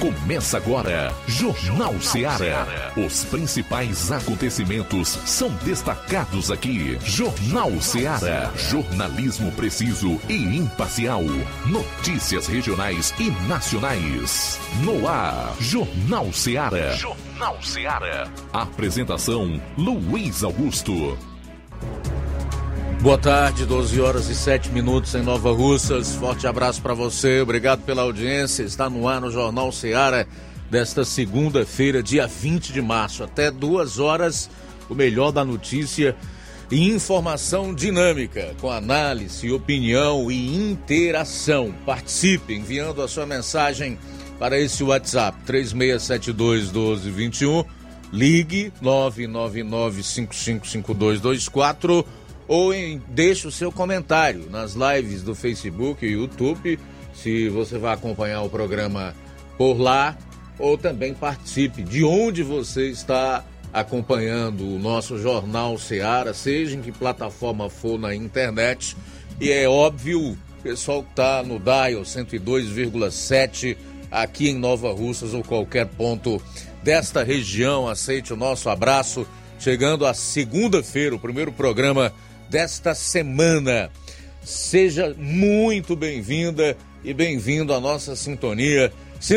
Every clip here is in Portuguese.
Começa agora, Jornal Ceará. Os principais acontecimentos são destacados aqui. Jornal Ceará. Jornalismo preciso e imparcial. Notícias regionais e nacionais. No ar, Jornal Ceará. Jornal Ceará. Apresentação, Luiz Augusto. Boa tarde, 12 horas e 7 minutos em Nova Russas. Forte abraço para você, obrigado pela audiência. Está no ar no Jornal Ceará desta segunda-feira, dia 20 de março. Até 2 horas, o melhor da notícia e informação dinâmica, com análise, opinião e interação. Participe enviando a sua mensagem para esse WhatsApp, 3672-1221, ligue 999-555224, ou deixe o seu comentário nas lives do Facebook e YouTube, se você vai acompanhar o programa por lá, ou também participe de onde você está acompanhando o nosso Jornal Ceará, seja em que plataforma for na internet. E é óbvio, o pessoal que está no Dial 102,7 aqui em Nova Russas ou qualquer ponto desta região, aceite o nosso abraço, chegando a segunda-feira, o primeiro programa desta semana. Seja muito bem-vinda e bem-vindo à nossa sintonia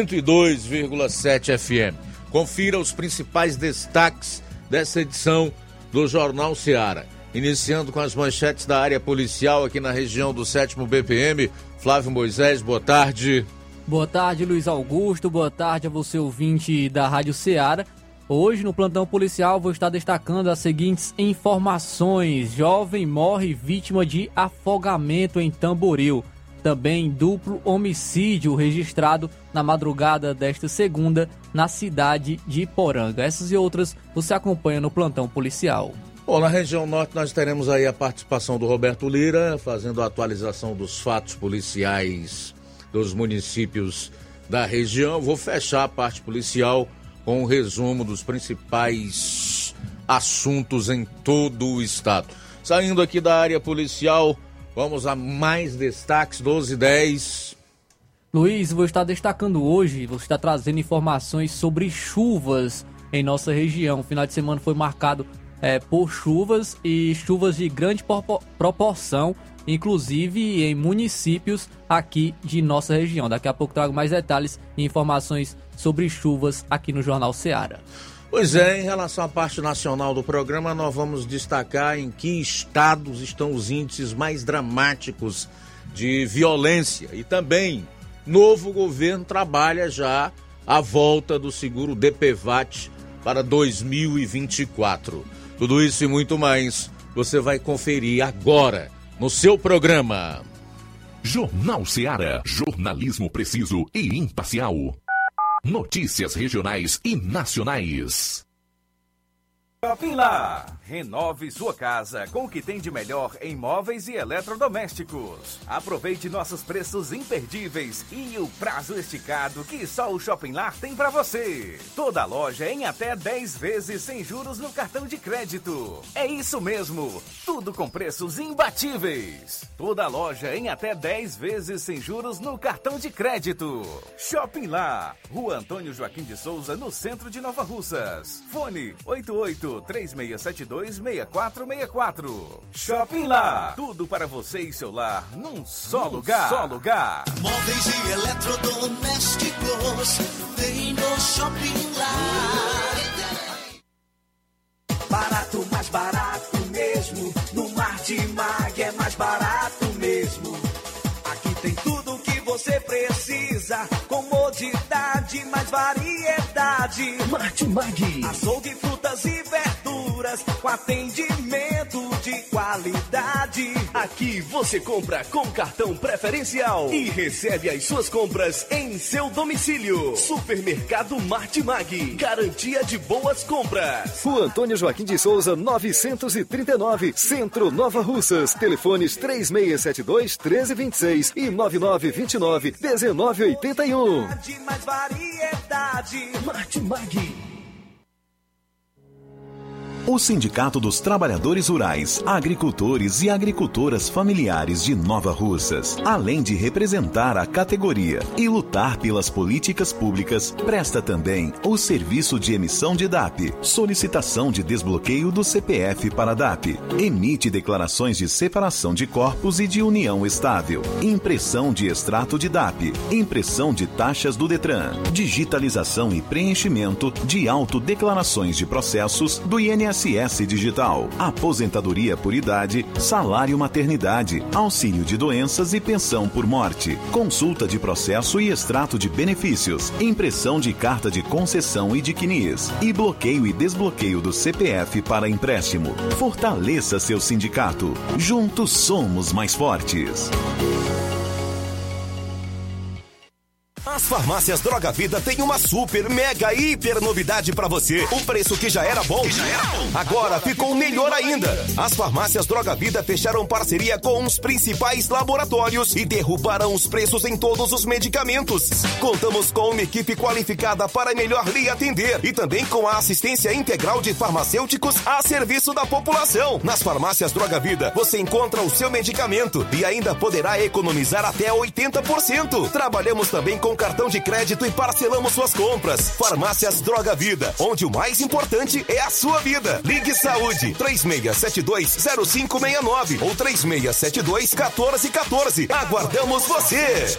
102,7 FM. Confira os principais destaques dessa edição do Jornal Ceará. Iniciando com as manchetes da área policial aqui na região do 7º BPM. Flávio Moisés, boa tarde. Boa tarde, Luiz Augusto. Boa tarde a você, ouvinte da Rádio Ceará. Hoje, no plantão policial, vou estar destacando as seguintes informações. Jovem morre vítima de afogamento em Tamboril. Também duplo homicídio registrado na madrugada desta segunda na cidade de Iporanga. Essas e outras você acompanha no plantão policial. Bom, na região norte nós teremos aí a participação do Roberto Lira, fazendo a atualização dos fatos policiais dos municípios da região. Vou fechar a parte policial com um resumo dos principais assuntos em todo o estado. Saindo aqui da área policial, vamos a mais destaques, 12h10. Luiz, vou estar destacando hoje, vou estar trazendo informações sobre chuvas em nossa região. O final de semana foi marcado por chuvas e chuvas de grande proporção, inclusive em municípios aqui de nossa região. Daqui a pouco trago mais detalhes e informações sobre chuvas aqui no Jornal Ceará. Pois é, em relação à parte nacional do programa, nós vamos destacar em que estados estão os índices mais dramáticos de violência. E também, novo governo trabalha já a volta do seguro DPVAT para 2024. Tudo isso e muito mais você vai conferir agora no seu programa. Jornal Ceará. Jornalismo preciso e imparcial. Notícias regionais e nacionais. Shopping Lá. Renove sua casa com o que tem de melhor em móveis e eletrodomésticos. Aproveite nossos preços imperdíveis e o prazo esticado que só o Shopping Lá tem para você. Toda loja em até 10 vezes sem juros no cartão de crédito. É isso mesmo, tudo com preços imbatíveis. Toda loja em até 10 vezes sem juros no cartão de crédito. Shopping Lá, Rua Antônio Joaquim de Souza, no centro de Nova Russas. Fone 88-3672-6464. Shopping Lá, tudo para você e seu lar num só lugar. Móveis e eletrodomésticos, vem no Shopping Lá. Barato, mais barato mesmo. No Martimag é mais barato mesmo. Aqui tem tudo o que você precisa. Comodidade, mais variedade. Martimag. Açougue, frutas e verduras com atendimento de qualidade. Aqui você compra com cartão preferencial e recebe as suas compras em seu domicílio. Supermercado Martimag, garantia de boas compras. Rua Antônio Joaquim de Souza, 939, Centro, Nova Russas. Telefones 3672-1326 e 9929-1981. Mais variedade. Martimag. o Sindicato dos Trabalhadores Rurais, Agricultores e Agricultoras Familiares de Nova Russas, além de representar a categoria e lutar pelas políticas públicas, presta também o serviço de emissão de DAP, solicitação de desbloqueio do CPF para DAP, emite declarações de separação de corpos e de união estável, impressão de extrato de DAP, impressão de taxas do DETRAN, digitalização e preenchimento de autodeclarações de processos do INSS Digital, aposentadoria por idade, salário maternidade, auxílio de doenças e pensão por morte, consulta de processo e extrato de benefícios, impressão de carta de concessão e de CNIS, e bloqueio e desbloqueio do CPF para empréstimo. Fortaleça seu sindicato. Juntos somos mais fortes. As farmácias Droga Vida têm uma super, mega, hiper novidade pra você. O preço que já era bom, agora ficou melhor ainda. As farmácias Droga Vida fecharam parceria com os principais laboratórios e derrubaram os preços em todos os medicamentos. Contamos com uma equipe qualificada para melhor lhe atender e também com a assistência integral de farmacêuticos a serviço da população. Nas farmácias Droga Vida, você encontra o seu medicamento e ainda poderá economizar até 80%. Trabalhamos também com cartão de crédito e parcelamos suas compras. Farmácias Droga Vida, onde o mais importante é a sua vida. Ligue Saúde 3672-0569 ou 3672-1414. Aguardamos você!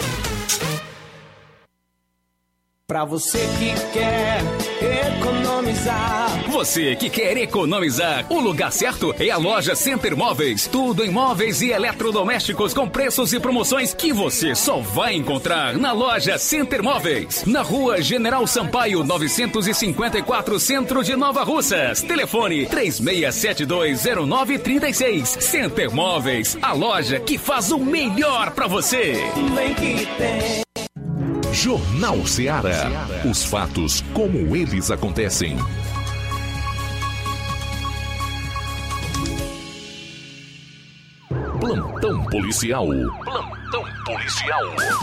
Pra você que quer economizar. Você que quer economizar, o lugar certo é a loja Center Móveis. Tudo em móveis e eletrodomésticos com preços e promoções que você só vai encontrar na loja Center Móveis. Na rua General Sampaio, 954, Centro de Nova Russas. Telefone 36720936. Center Móveis, a loja que faz o melhor pra você. Vem que tem. Jornal Ceará. Os fatos como eles acontecem. Plantão policial. Plantão policial.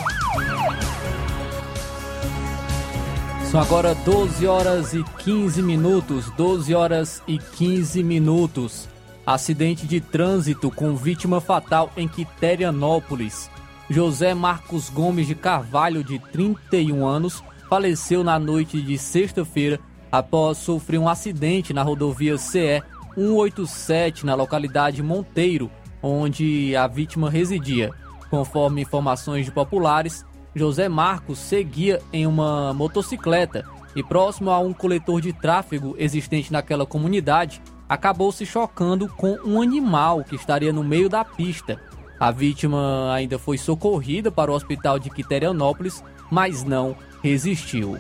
São agora 12 horas e 15 minutos. 12 horas e 15 minutos. Acidente de trânsito com vítima fatal em Quiterianópolis. José Marcos Gomes de Carvalho, de 31 anos, faleceu na noite de sexta-feira após sofrer um acidente na rodovia CE 187, na localidade Monteiro, onde a vítima residia. Conforme informações de populares, José Marcos seguia em uma motocicleta e, próximo a um coletor de tráfego existente naquela comunidade, acabou se chocando com um animal que estaria no meio da pista. A vítima ainda foi socorrida para o hospital de Quiterianópolis, mas não resistiu.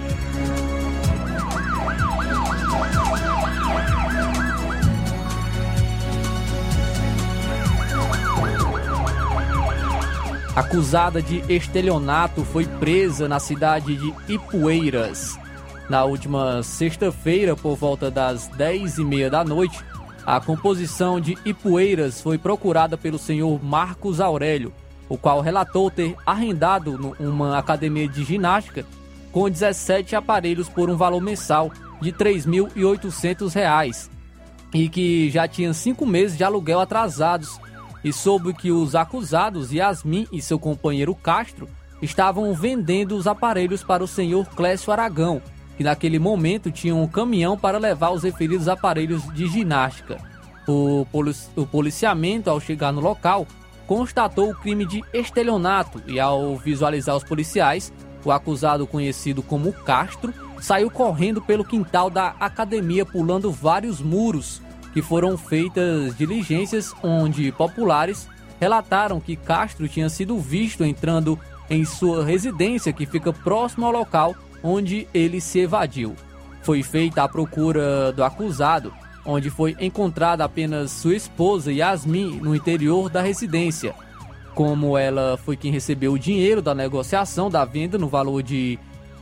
Acusada de estelionato foi presa na cidade de Ipueiras. Na última sexta-feira, por volta das 10h30 da noite, a composição de Ipueiras foi procurada pelo senhor Marcos Aurélio, o qual relatou ter arrendado uma academia de ginástica com 17 aparelhos por um valor mensal de R$ 3.800 e que já tinha 5 meses de aluguel atrasados, e soube que os acusados, Yasmin e seu companheiro Castro, estavam vendendo os aparelhos para o senhor Clécio Aragão, que naquele momento tinha um caminhão para levar os referidos aparelhos de ginástica. O policiamento, ao chegar no local, constatou o crime de estelionato e, ao visualizar os policiais, o acusado, conhecido como Castro, saiu correndo pelo quintal da academia, pulando vários muros, que foram feitas diligências onde populares relataram que Castro tinha sido visto entrando em sua residência, que fica próximo ao local onde ele se evadiu. Foi feita a procura do acusado, onde foi encontrada apenas sua esposa Yasmin no interior da residência. Como ela foi quem recebeu o dinheiro da negociação da venda no valor de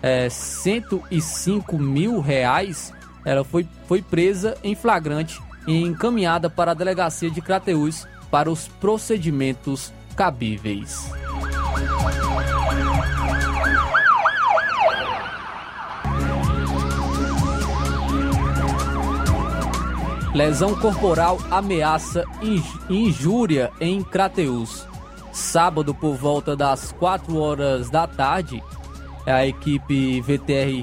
R$105 mil, ela foi presa em flagrante e encaminhada para a delegacia de Crateús para os procedimentos cabíveis. Lesão corporal ameaça injúria em Crateús. Sábado, por volta das 4 horas da tarde, a equipe VTR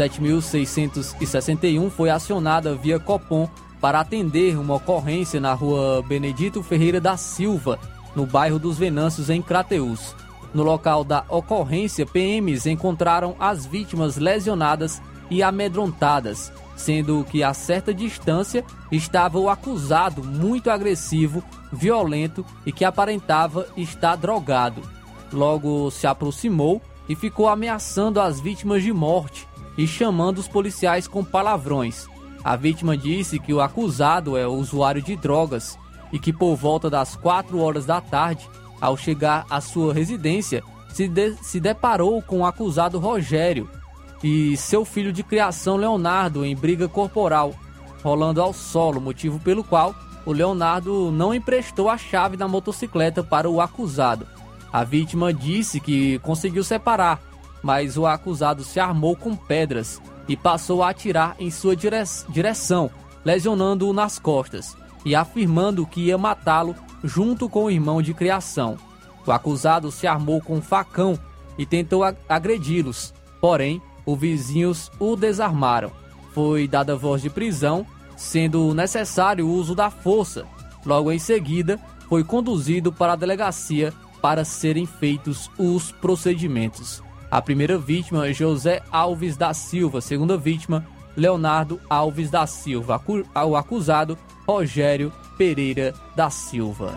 7661 foi acionada via Copom para atender uma ocorrência na rua Benedito Ferreira da Silva, no bairro dos Venâncios, em Crateús. No local da ocorrência, PMs encontraram as vítimas lesionadas e amedrontadas, sendo que a certa distância estava o acusado muito agressivo, violento e que aparentava estar drogado. Logo se aproximou e ficou ameaçando as vítimas de morte e chamando os policiais com palavrões. A vítima disse que o acusado é usuário de drogas e que por volta das 4 horas da tarde, ao chegar à sua residência, se deparou com o acusado Rogério e seu filho de criação Leonardo em briga corporal, rolando ao solo, motivo pelo qual o Leonardo não emprestou a chave da motocicleta para o acusado. A vítima disse que conseguiu separar, mas o acusado se armou com pedras e passou a atirar em sua direção, lesionando-o nas costas e afirmando que ia matá-lo junto com o irmão de criação. O acusado se armou com um facão e tentou agredi-los, porém, os vizinhos o desarmaram. Foi dada voz de prisão, sendo necessário o uso da força. Logo em seguida, foi conduzido para a delegacia para serem feitos os procedimentos. A primeira vítima, José Alves da Silva. A segunda vítima, Leonardo Alves da Silva. O acusado, Rogério Pereira da Silva.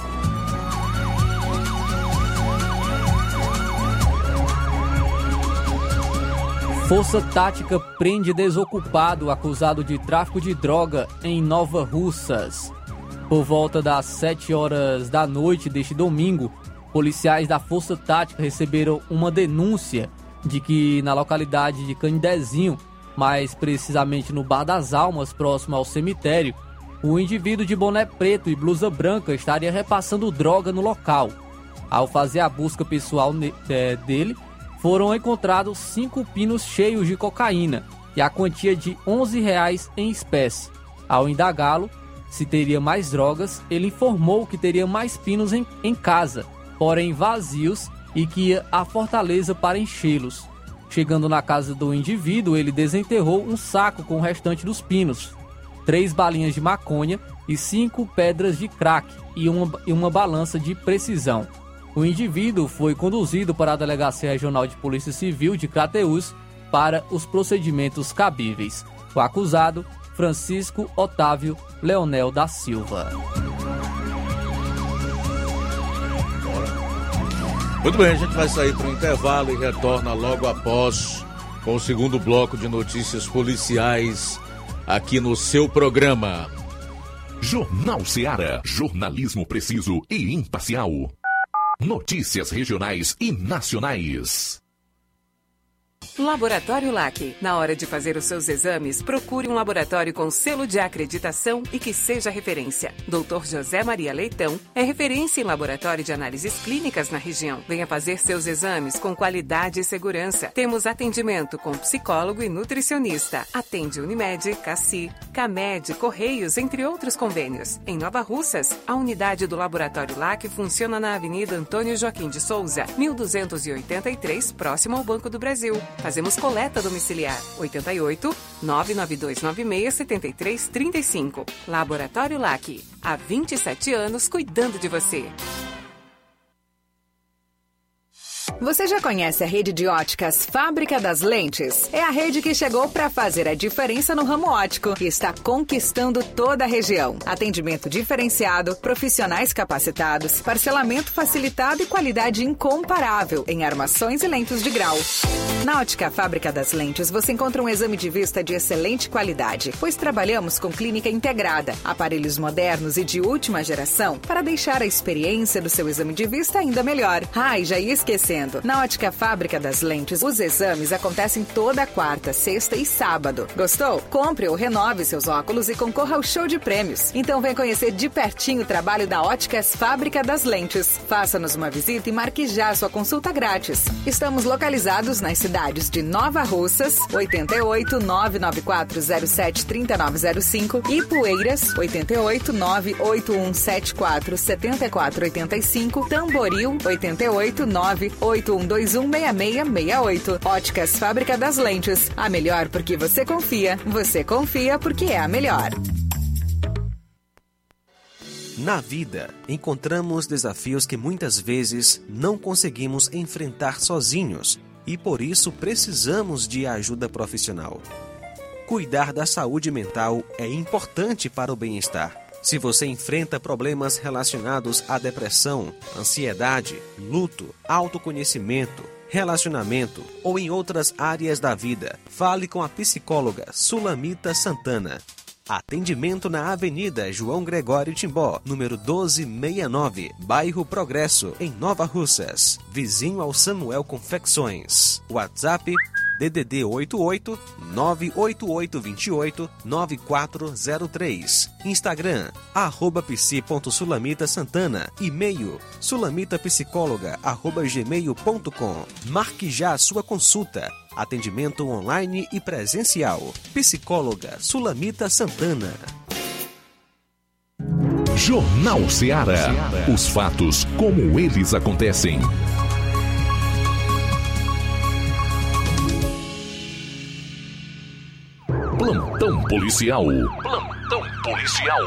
Força Tática prende desocupado acusado de tráfico de droga em Nova Russas. Por volta das 7 horas da noite deste domingo, policiais da Força Tática receberam uma denúncia de que na localidade de Canidezinho, mais precisamente no Bar das Almas, próximo ao cemitério, um indivíduo de boné preto e blusa branca estaria repassando droga no local. Ao fazer a busca pessoal dele, foram encontrados 5 pinos cheios de cocaína e a quantia de R$11 em espécie. Ao indagá-lo se teria mais drogas, ele informou que teria mais pinos em casa, porém vazios, e que ia à Fortaleza para enchê-los. Chegando na casa do indivíduo, ele desenterrou um saco com o restante dos pinos, 3 balinhas de maconha e 5 pedras de crack e uma balança de precisão. O indivíduo foi conduzido para a Delegacia Regional de Polícia Civil de Crateús para os procedimentos cabíveis. O acusado, Francisco Otávio Leonel da Silva. Muito bem, a gente vai sair para o intervalo e retorna logo após com o segundo bloco de notícias policiais aqui no seu programa. Jornal Ceará, jornalismo preciso e imparcial. Notícias regionais e nacionais. Laboratório LAC. Na hora de fazer os seus exames, procure um laboratório com selo de acreditação e que seja referência. Dr. José Maria Leitão é referência em laboratório de análises clínicas na região. Venha fazer seus exames com qualidade e segurança. Temos atendimento com psicólogo e nutricionista. Atende Unimed, Cassi, Camed, Correios, entre outros convênios. Em Nova Russas, a unidade do Laboratório LAC funciona na Avenida Antônio Joaquim de Souza, 1283, próximo ao Banco do Brasil. Fazemos coleta domiciliar. 88 99296 7335. Laboratório LAC. Há 27 anos cuidando de você. Você já conhece a rede de óticas Fábrica das Lentes? É a rede que chegou para fazer a diferença no ramo óptico e está conquistando toda a região. Atendimento diferenciado, profissionais capacitados, parcelamento facilitado e qualidade incomparável em armações e lentes de grau. Na Ótica Fábrica das Lentes, você encontra um exame de vista de excelente qualidade, pois trabalhamos com clínica integrada, aparelhos modernos e de última geração para deixar a experiência do seu exame de vista ainda melhor. E já ia esquecendo, vendo. Na Ótica Fábrica das Lentes, os exames acontecem toda quarta, sexta e sábado. Gostou? Compre ou renove seus óculos e concorra ao show de prêmios. Então vem conhecer de pertinho o trabalho da Óticas Fábrica das Lentes. Faça-nos uma visita e marque já sua consulta grátis. Estamos localizados nas cidades de Nova Russas, 88 99407 3905, e Poeiras, 88 98174 7485, Tamboril, 88 98121 6668. Óticas Fábrica das Lentes. A melhor porque você confia. Você confia porque é a melhor. Na vida, encontramos desafios que muitas vezes não conseguimos enfrentar sozinhos e por isso precisamos de ajuda profissional. Cuidar da saúde mental é importante para o bem-estar. Se você enfrenta problemas relacionados à depressão, ansiedade, luto, autoconhecimento, relacionamento ou em outras áreas da vida, fale com a psicóloga Sulamita Santana. Atendimento na Avenida João Gregório Timbó, número 1269, bairro Progresso, em Nova Russas, vizinho ao Samuel Confecções. WhatsApp DDD 88 98828 9403. Instagram @psi.sulamitasantana. E-mail sulamitapsicóloga@gmail.com. Marque já a sua consulta. Atendimento online e presencial. Psicóloga Sulamita Santana. Jornal Ceará. Os fatos como eles acontecem. Plantão policial. Plantão policial.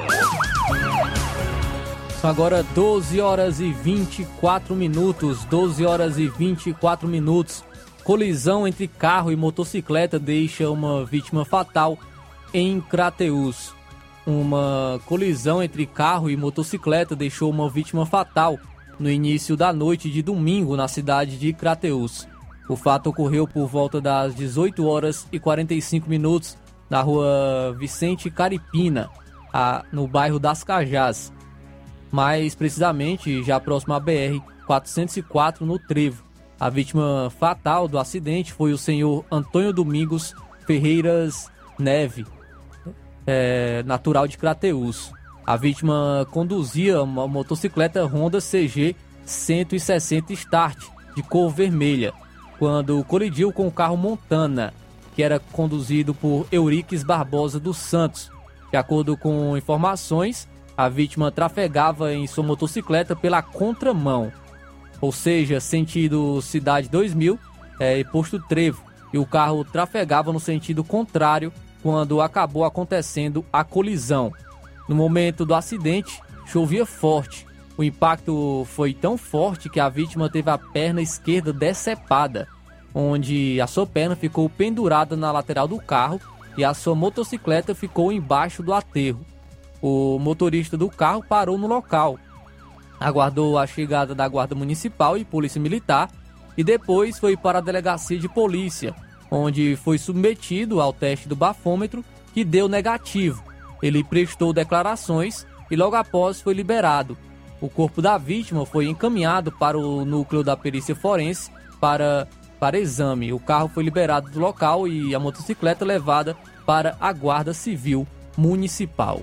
São agora 12 horas e 24 minutos. 12 horas e 24 minutos. Colisão entre carro e motocicleta deixa uma vítima fatal em Crateús. Uma colisão entre carro e motocicleta deixou uma vítima fatal no início da noite de domingo na cidade de Crateús. O fato ocorreu por volta das 18 horas e 45 minutos na rua Vicente Caripina, no bairro das Cajás. Mais precisamente, já próximo à BR-404, no Trevo. A vítima fatal do acidente foi o senhor Antônio Domingos Ferreiras Neve, natural de Crateús. A vítima conduzia uma motocicleta Honda CG 160 Start, de cor vermelha, quando colidiu com o carro Montana, que era conduzido por Euriques Barbosa dos Santos. De acordo com informações, a vítima trafegava em sua motocicleta pela contramão, ou seja, sentido Cidade 2000 e Posto Trevo, e o carro trafegava no sentido contrário quando acabou acontecendo a colisão. No momento do acidente, chovia forte. O impacto foi tão forte que a vítima teve a perna esquerda decepada, onde a sua perna ficou pendurada na lateral do carro e a sua motocicleta ficou embaixo do aterro. O motorista do carro parou no local, aguardou a chegada da Guarda Municipal e Polícia Militar e depois foi para a delegacia de polícia, onde foi submetido ao teste do bafômetro, que deu negativo. Ele prestou declarações e logo após foi liberado. O corpo da vítima foi encaminhado para o núcleo da perícia forense para exame. O carro foi liberado do local e a motocicleta levada para a Guarda Civil Municipal.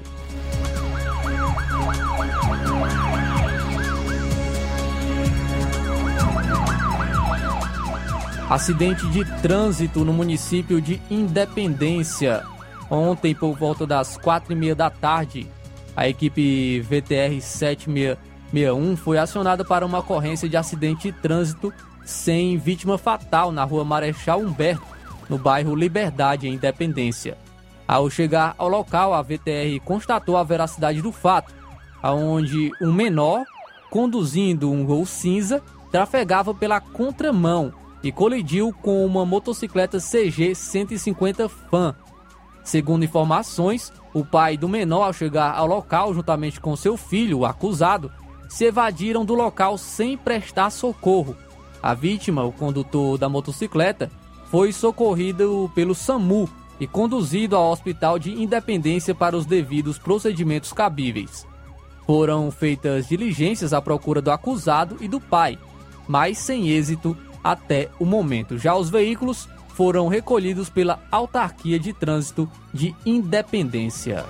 Acidente de trânsito no município de Independência. Ontem, por volta das 4h30 da tarde, a equipe VTR 7661 foi acionada para uma ocorrência de acidente de trânsito sem vítima fatal na rua Marechal Humberto, no bairro Liberdade, em Independência. Ao chegar ao local, a VTR constatou a veracidade do fato, onde um menor, conduzindo um Gol cinza, trafegava pela contramão e colidiu com uma motocicleta CG 150 Fan. Segundo informações, o pai do menor, ao chegar ao local juntamente com seu filho, o acusado, se evadiram do local sem prestar socorro. A vítima, o condutor da motocicleta, foi socorrido pelo SAMU e conduzido ao Hospital de Independência para os devidos procedimentos cabíveis. Foram feitas diligências à procura do acusado e do pai, mas sem êxito até o momento. Já os veículos foram recolhidos pela Autarquia de Trânsito de Independência.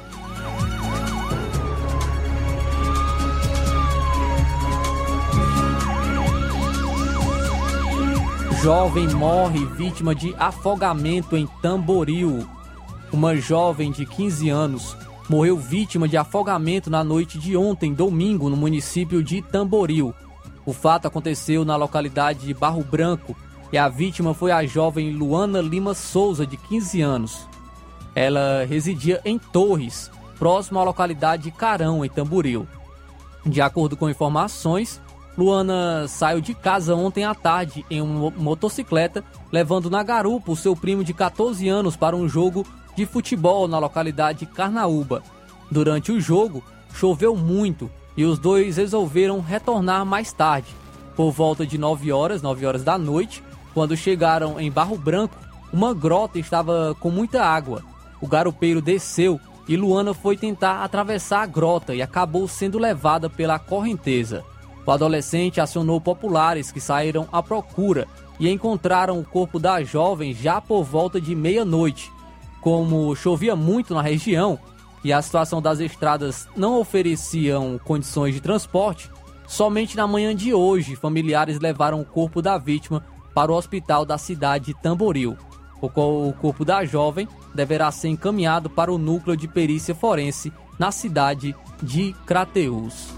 Jovem morre vítima de afogamento em Tamboril. Uma jovem de 15 anos morreu vítima de afogamento na noite de ontem, domingo, no município de Tamboril. O fato aconteceu na localidade de Barro Branco e a vítima foi a jovem Luana Lima Souza, de 15 anos. Ela residia em Torres, próximo à localidade de Carão, em Tamboril. De acordo com informações, Luana saiu de casa ontem à tarde em uma motocicleta, levando na garupa o seu primo de 14 anos para um jogo de futebol na localidade de Carnaúba. Durante o jogo, choveu muito e os dois resolveram retornar mais tarde. Por volta de 9 horas da noite, quando chegaram em Barro Branco, uma grota estava com muita água. O garupeiro desceu e Luana foi tentar atravessar a grota e acabou sendo levada pela correnteza. O adolescente acionou populares que saíram à procura e encontraram o corpo da jovem já por volta de meia-noite. Como chovia muito na região e a situação das estradas não ofereciam condições de transporte, somente na manhã de hoje familiares levaram o corpo da vítima para o hospital da cidade de Tamboril. O corpo da jovem deverá ser encaminhado para o núcleo de perícia forense na cidade de Crateús.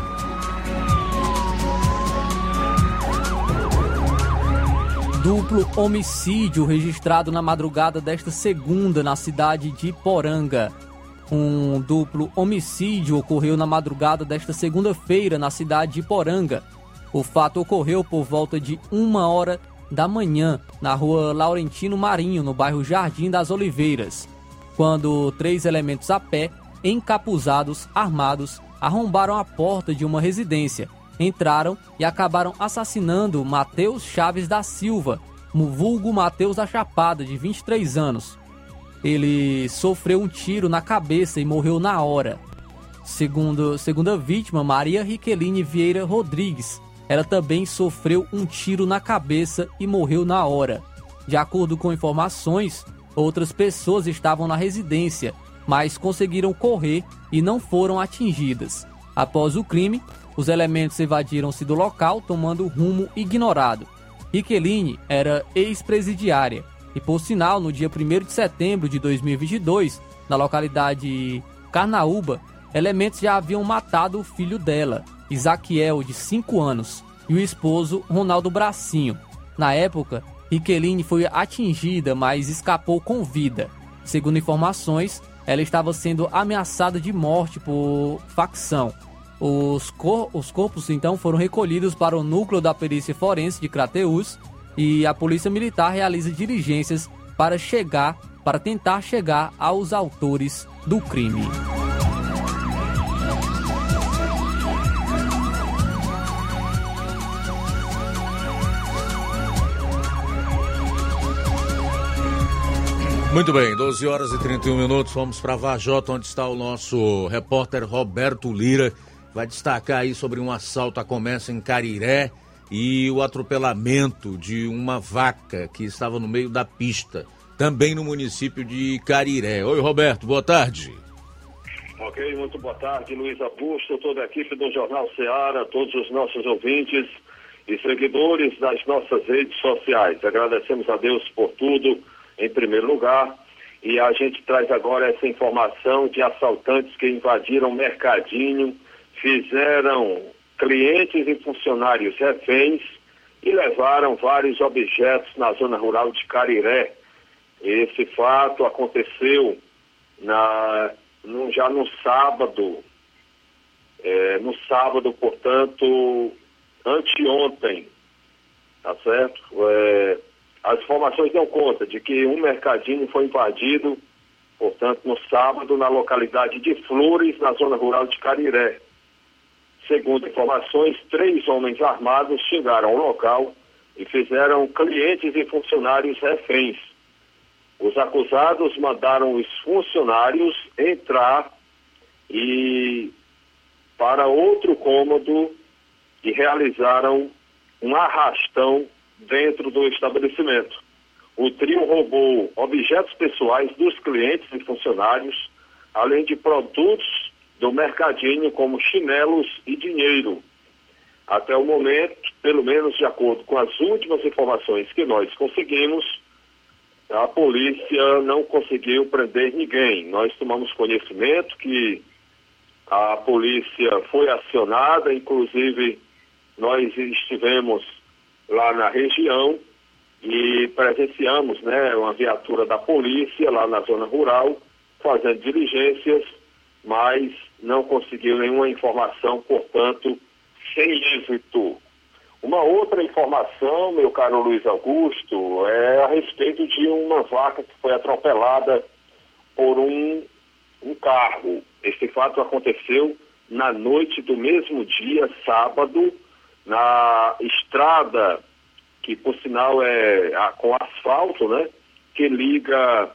Duplo homicídio registrado na madrugada desta segunda na cidade de Poranga. Um duplo homicídio ocorreu na madrugada desta segunda-feira na cidade de Poranga. O fato ocorreu por volta de 1h da manhã na rua Laurentino Marinho, no bairro Jardim das Oliveiras, quando 3 elementos a pé, encapuzados, armados, arrombaram a porta de uma residência. Entraram e acabaram assassinando Matheus Chaves da Silva, vulgo Matheus da Chapada, de 23 anos. Ele sofreu um tiro na cabeça e morreu na hora. Segundo a vítima, Maria Riqueline Vieira Rodrigues, ela também sofreu um tiro na cabeça e morreu na hora. De acordo com informações, outras pessoas estavam na residência, mas conseguiram correr e não foram atingidas. Após o crime, os elementos evadiram-se do local, tomando rumo ignorado. Riqueline era ex-presidiária e, por sinal, no dia 1º de setembro de 2022, na localidade Carnaúba, elementos já haviam matado o filho dela, Isaquiel, de 5 anos, e o esposo, Ronaldo Bracinho. Na época, Riqueline foi atingida, mas escapou com vida. Segundo informações, ela estava sendo ameaçada de morte por facção. Os corpos, então, foram recolhidos para o núcleo da perícia forense de Crateús e a Polícia Militar realiza diligências para tentar chegar aos autores do crime. Muito bem, 12h31, vamos para Vajota, onde está o nosso repórter Roberto Lira. Vai destacar aí sobre um assalto a comércio em Cariré e o atropelamento de uma vaca que estava no meio da pista, também no município de Cariré. Oi, Roberto, boa tarde. Ok, muito boa tarde, Luiz Augusto, toda a equipe do Jornal Ceará, todos os nossos ouvintes e seguidores das nossas redes sociais. Agradecemos a Deus por tudo, em primeiro lugar, e a gente traz agora essa informação de assaltantes que invadiram mercadinho, fizeram clientes e funcionários reféns e levaram vários objetos na zona rural de Cariré. Esse fato aconteceu já no sábado, portanto, anteontem, tá certo? As informações dão conta de que um mercadinho foi invadido, portanto, no sábado, na localidade de Flores, na zona rural de Cariré. Segundo informações, 3 homens armados chegaram ao local e fizeram clientes e funcionários reféns. Os acusados mandaram os funcionários entrar para outro cômodo e realizaram um arrastão dentro do estabelecimento. O trio roubou objetos pessoais dos clientes e funcionários, além de produtos do mercadinho como chinelos e dinheiro. Até o momento, pelo menos de acordo com as últimas informações que nós conseguimos, a polícia não conseguiu prender ninguém. Nós tomamos conhecimento que a polícia foi acionada, inclusive nós estivemos lá na região e presenciamos, né, uma viatura da polícia lá na zona rural, fazendo diligências, mas não conseguiu nenhuma informação, portanto, sem êxito. Uma outra informação, meu caro Luiz Augusto, é a respeito de uma vaca que foi atropelada por um carro. Este fato aconteceu na noite do mesmo dia, sábado, na estrada, que por sinal é com asfalto, né, que liga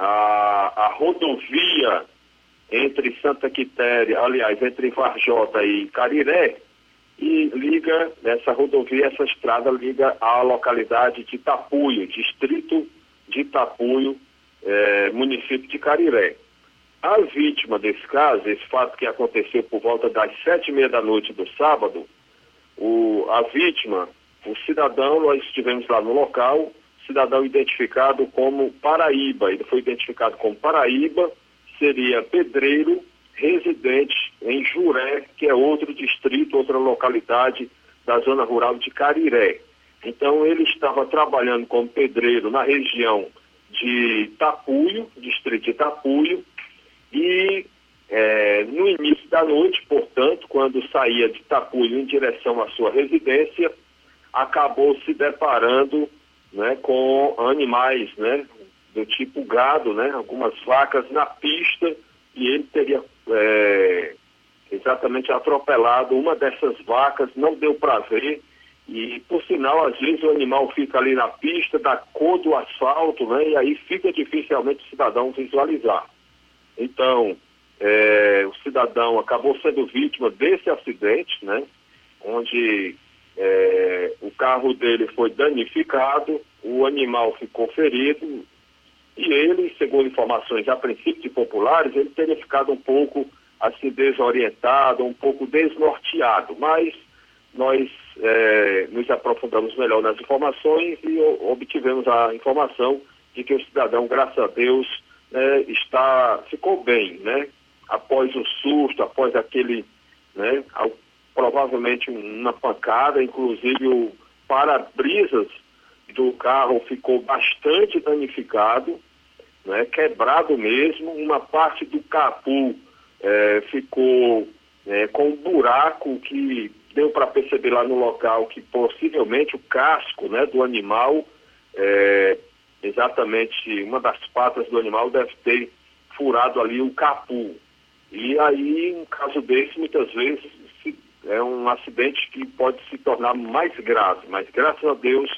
a rodovia entre Santa Quitéria, aliás, entre Varjota e Cariré, e liga, essa rodovia, essa estrada liga à localidade de Tapuio, distrito de Tapuio, município de Cariré. A vítima desse caso, esse fato que aconteceu por volta das 7h30 da noite do sábado, a vítima, o cidadão, nós estivemos lá no local, cidadão identificado como Paraíba, ele foi identificado como Paraíba, seria pedreiro, residente em Juré, que é outro distrito, outra localidade da zona rural de Cariré. Então ele estava trabalhando como pedreiro na região de Tapuio, distrito de Tapuio, e no início da noite, portanto, quando saía de Tapuio em direção à sua residência, acabou se deparando, né, com animais, né, do tipo gado, né, algumas vacas na pista, e ele teria exatamente atropelado uma dessas vacas, não deu para ver, e por sinal, às vezes o animal fica ali na pista, da cor do asfalto, né, e aí fica dificilmente o cidadão visualizar. Então, o cidadão acabou sendo vítima desse acidente, né, onde o carro dele foi danificado, o animal ficou ferido, e ele, segundo informações a princípio de populares, ele teria ficado um pouco assim desorientado, um pouco desnorteado, mas nós nos aprofundamos melhor nas informações e obtivemos a informação de que o cidadão, graças a Deus, ficou bem, né? Após o susto, após aquele, né, provavelmente uma pancada, inclusive o para-brisas do carro ficou bastante danificado, né, quebrado mesmo, uma parte do capô ficou com um buraco que deu para perceber lá no local que possivelmente o casco, né, do animal, exatamente uma das patas do animal deve ter furado ali o capô. E aí, um caso desse, muitas vezes, é um acidente que pode se tornar mais grave, mas graças a Deus,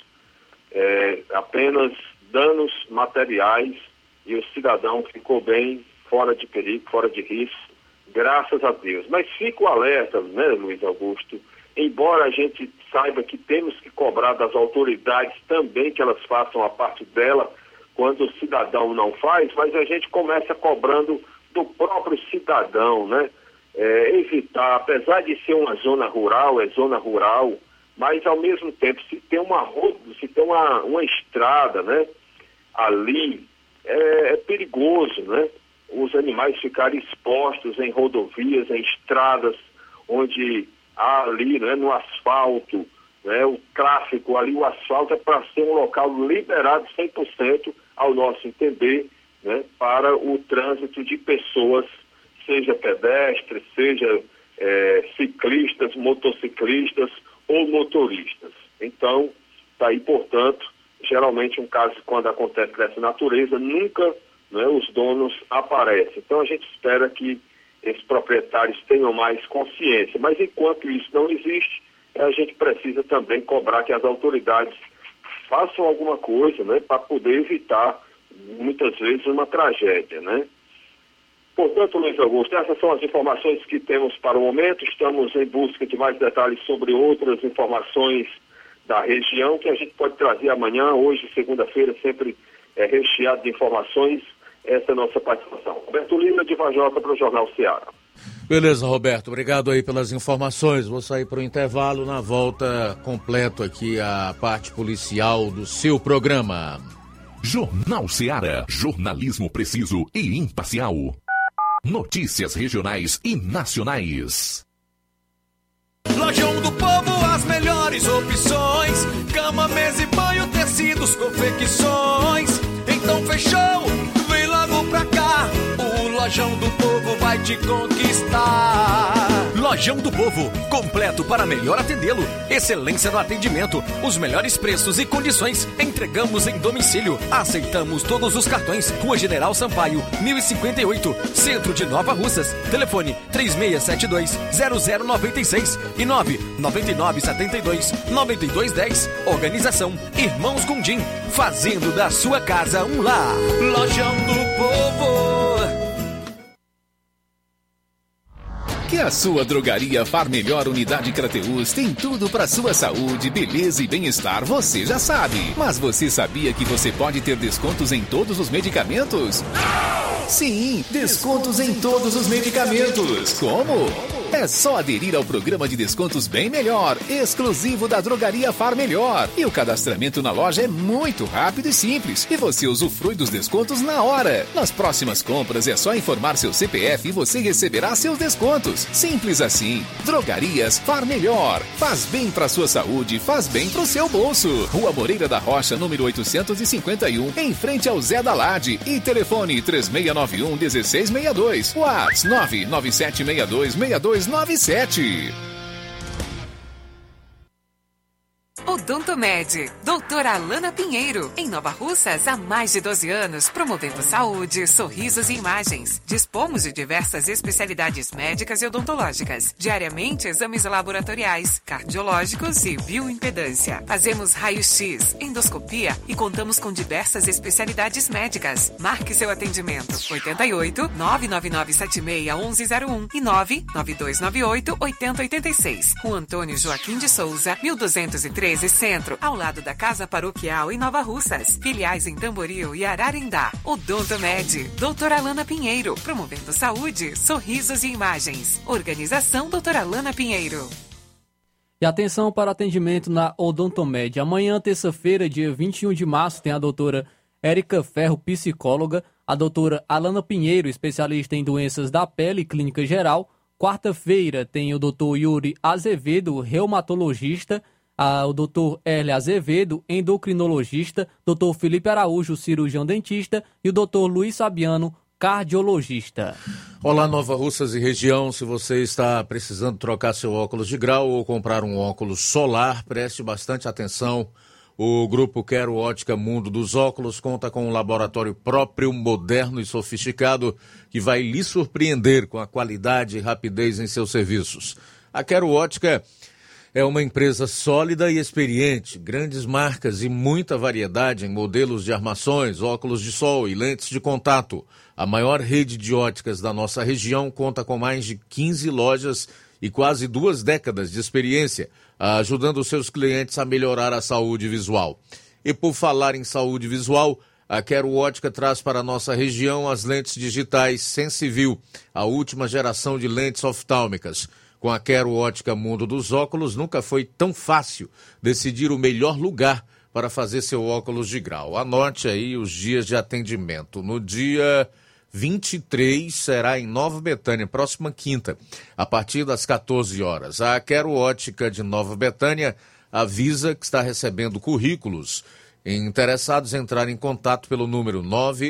apenas danos materiais e o cidadão ficou bem, fora de perigo, fora de risco, graças a Deus. Mas fica o alerta, né, Luiz Augusto, embora a gente saiba que temos que cobrar das autoridades também que elas façam a parte dela quando o cidadão não faz, mas a gente começa cobrando do próprio cidadão, né? Evitar, apesar de ser uma zona rural, mas ao mesmo tempo, se tem uma estrada, né, ali, é perigoso, né? Os animais ficarem expostos em rodovias, em estradas, onde há ali, né, no asfalto, né, o tráfego ali, o asfalto é para ser um local liberado 100%, ao nosso entender, né, para o trânsito de pessoas, seja pedestres, seja ciclistas, motociclistas ou motoristas. Então, está aí, portanto, geralmente um caso quando acontece dessa natureza, nunca, né, os donos aparecem. Então a gente espera que esses proprietários tenham mais consciência. Mas enquanto isso não existe, a gente precisa também cobrar que as autoridades façam alguma coisa, né, para poder evitar muitas vezes uma tragédia, né? Portanto, Luiz Augusto, essas são as informações que temos para o momento. Estamos em busca de mais detalhes sobre outras informações da região, que a gente pode trazer amanhã, hoje, segunda-feira, sempre recheado de informações. Essa é a nossa participação. Roberto Lima, de Vajoca, para o Jornal Ceará. Beleza, Roberto. Obrigado aí pelas informações. Vou sair para o intervalo. Na volta, completo aqui a parte policial do seu programa. Jornal Ceará. Jornalismo preciso e imparcial. Notícias regionais e nacionais. Lojão do Povo, as melhores opções: cama, mesa e banho, tecidos, confecções. Então fechou, vem logo pra cá. O Lojão do Povo vai te conquistar. Lojão do Povo, completo para melhor atendê-lo. Excelência no atendimento, os melhores preços e condições. Entregamos em domicílio. Aceitamos todos os cartões. Rua General Sampaio, 1058, Centro de Nova Russas. Telefone 3672-0096 e 99972-9210. Organização Irmãos Gundim, fazendo da sua casa um lar. Lojão do Povo. Que a sua drogaria Far Melhor Unidade Crateús tem tudo para sua saúde, beleza e bem-estar, você já sabe. Mas você sabia que você pode ter descontos em todos os medicamentos? Sim, descontos em todos os medicamentos. Como? É só aderir ao programa de descontos Bem Melhor, exclusivo da Drogaria Far Melhor. E o cadastramento na loja é muito rápido e simples. E você usufrui dos descontos na hora. Nas próximas compras é só informar seu CPF e você receberá seus descontos. Simples assim. Drogarias Far Melhor. Faz bem para sua saúde, faz bem para o seu bolso. Rua Moreira da Rocha, número 851, em frente ao Zé da Lade. E telefone 3691-1662. WhatsApp 99762-6297. Odontomed, doutora Alana Pinheiro, em Nova Russas há mais de 12 anos, promovendo saúde, sorrisos e imagens. Dispomos de diversas especialidades médicas e odontológicas, diariamente exames laboratoriais, cardiológicos e bioimpedância. Fazemos raio-x, endoscopia e contamos com diversas especialidades médicas. Marque seu atendimento, 88 999 76 1101 e 99298 8086. Rua Antônio Joaquim de Souza, 1213 Centro, ao lado da Casa Paroquial em Nova Russas. Filiais em Tamboril e Ararindá. Odontomed, doutora Alana Pinheiro, promovendo saúde, sorrisos e imagens. Organização doutora Alana Pinheiro. E atenção para atendimento na Odontomed. Amanhã, terça-feira, dia 21 de março, tem a doutora Érica Ferro, psicóloga, a doutora Alana Pinheiro, especialista em doenças da pele e clínica geral. Quarta-feira tem o doutor Yuri Azevedo, reumatologista, o doutor Erle Azevedo, endocrinologista, doutor Felipe Araújo, cirurgião dentista e o doutor Luiz Fabiano, cardiologista. Olá, Nova Russas e região. Se você está precisando trocar seu óculos de grau ou comprar um óculos solar, preste bastante atenção. O grupo Quero Ótica Mundo dos Óculos conta com um laboratório próprio, moderno e sofisticado que vai lhe surpreender com a qualidade e rapidez em seus serviços. A Quero Ótica é uma empresa sólida e experiente, grandes marcas e muita variedade em modelos de armações, óculos de sol e lentes de contato. A maior rede de óticas da nossa região conta com mais de 15 lojas e quase 2 décadas de experiência, ajudando seus clientes a melhorar a saúde visual. E por falar em saúde visual, a Quero Ótica traz para a nossa região as lentes digitais Sensiview, a última geração de lentes oftálmicas. Com a Quero Ótica Mundo dos Óculos, nunca foi tão fácil decidir o melhor lugar para fazer seu óculos de grau. Anote aí os dias de atendimento. No dia 23 será em Nova Betânia, próxima quinta, a partir das 14 horas. A Quero Ótica de Nova Betânia avisa que está recebendo currículos. Interessados entrarem em contato pelo número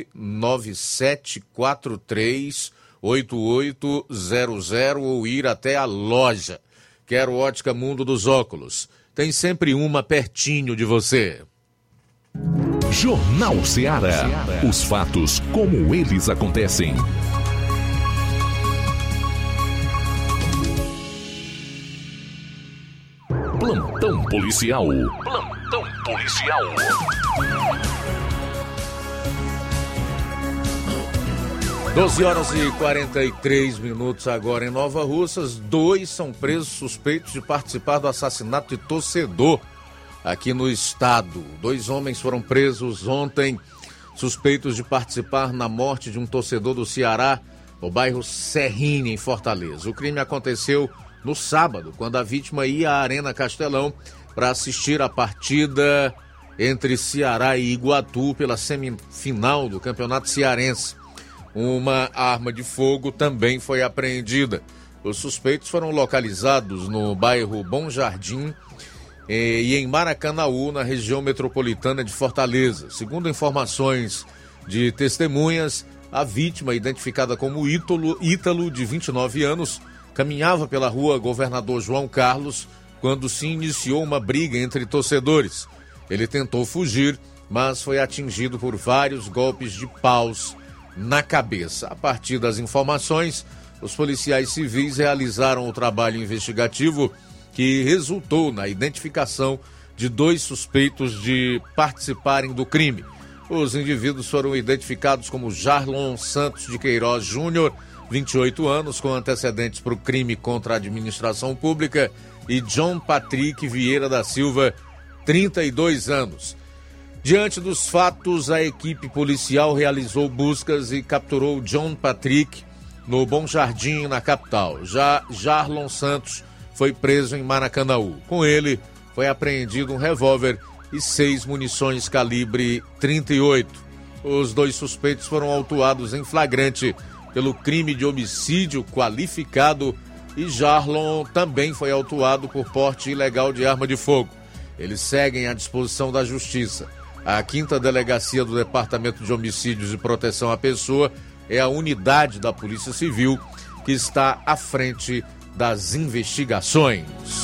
99743 8800 ou ir até a loja. Quero Ótica Mundo dos Óculos. Tem sempre uma pertinho de você. Jornal Ceará. Os fatos como eles acontecem. Plantão policial. Plantão policial. 12 horas e 43 minutos agora em Nova Russas. 2 são presos suspeitos de participar do assassinato de torcedor. aqui no estado. 2 homens foram presos ontem, suspeitos de participar na morte de um torcedor do Ceará, no bairro Serrini, em Fortaleza. O crime aconteceu no sábado, quando a vítima ia à Arena Castelão para assistir a partida entre Ceará e Iguatu pela semifinal do Campeonato Cearense. Uma arma de fogo também foi apreendida. Os suspeitos foram localizados no bairro Bom Jardim e em Maracanaú, na região metropolitana de Fortaleza. Segundo informações de testemunhas, a vítima, identificada como Ítalo, de 29 anos, caminhava pela rua Governador João Carlos quando se iniciou uma briga entre torcedores. Ele tentou fugir, mas foi atingido por vários golpes de paus na cabeça. A partir das informações, os policiais civis realizaram o trabalho investigativo que resultou na identificação de 2 suspeitos de participarem do crime. Os indivíduos foram identificados como Jarlon Santos de Queiroz Júnior, 28 anos, com antecedentes por crime contra a administração pública, e John Patrick Vieira da Silva, 32 anos. Diante dos fatos, a equipe policial realizou buscas e capturou John Patrick no Bom Jardim, na capital. Já Jarlon Santos foi preso em Maracanaú. Com ele, foi apreendido um revólver e 6 munições calibre 38. Os 2 suspeitos foram autuados em flagrante pelo crime de homicídio qualificado e Jarlon também foi autuado por porte ilegal de arma de fogo. Eles seguem à disposição da Justiça. A 5ª Delegacia do Departamento de Homicídios e Proteção à Pessoa é a unidade da Polícia Civil que está à frente das investigações.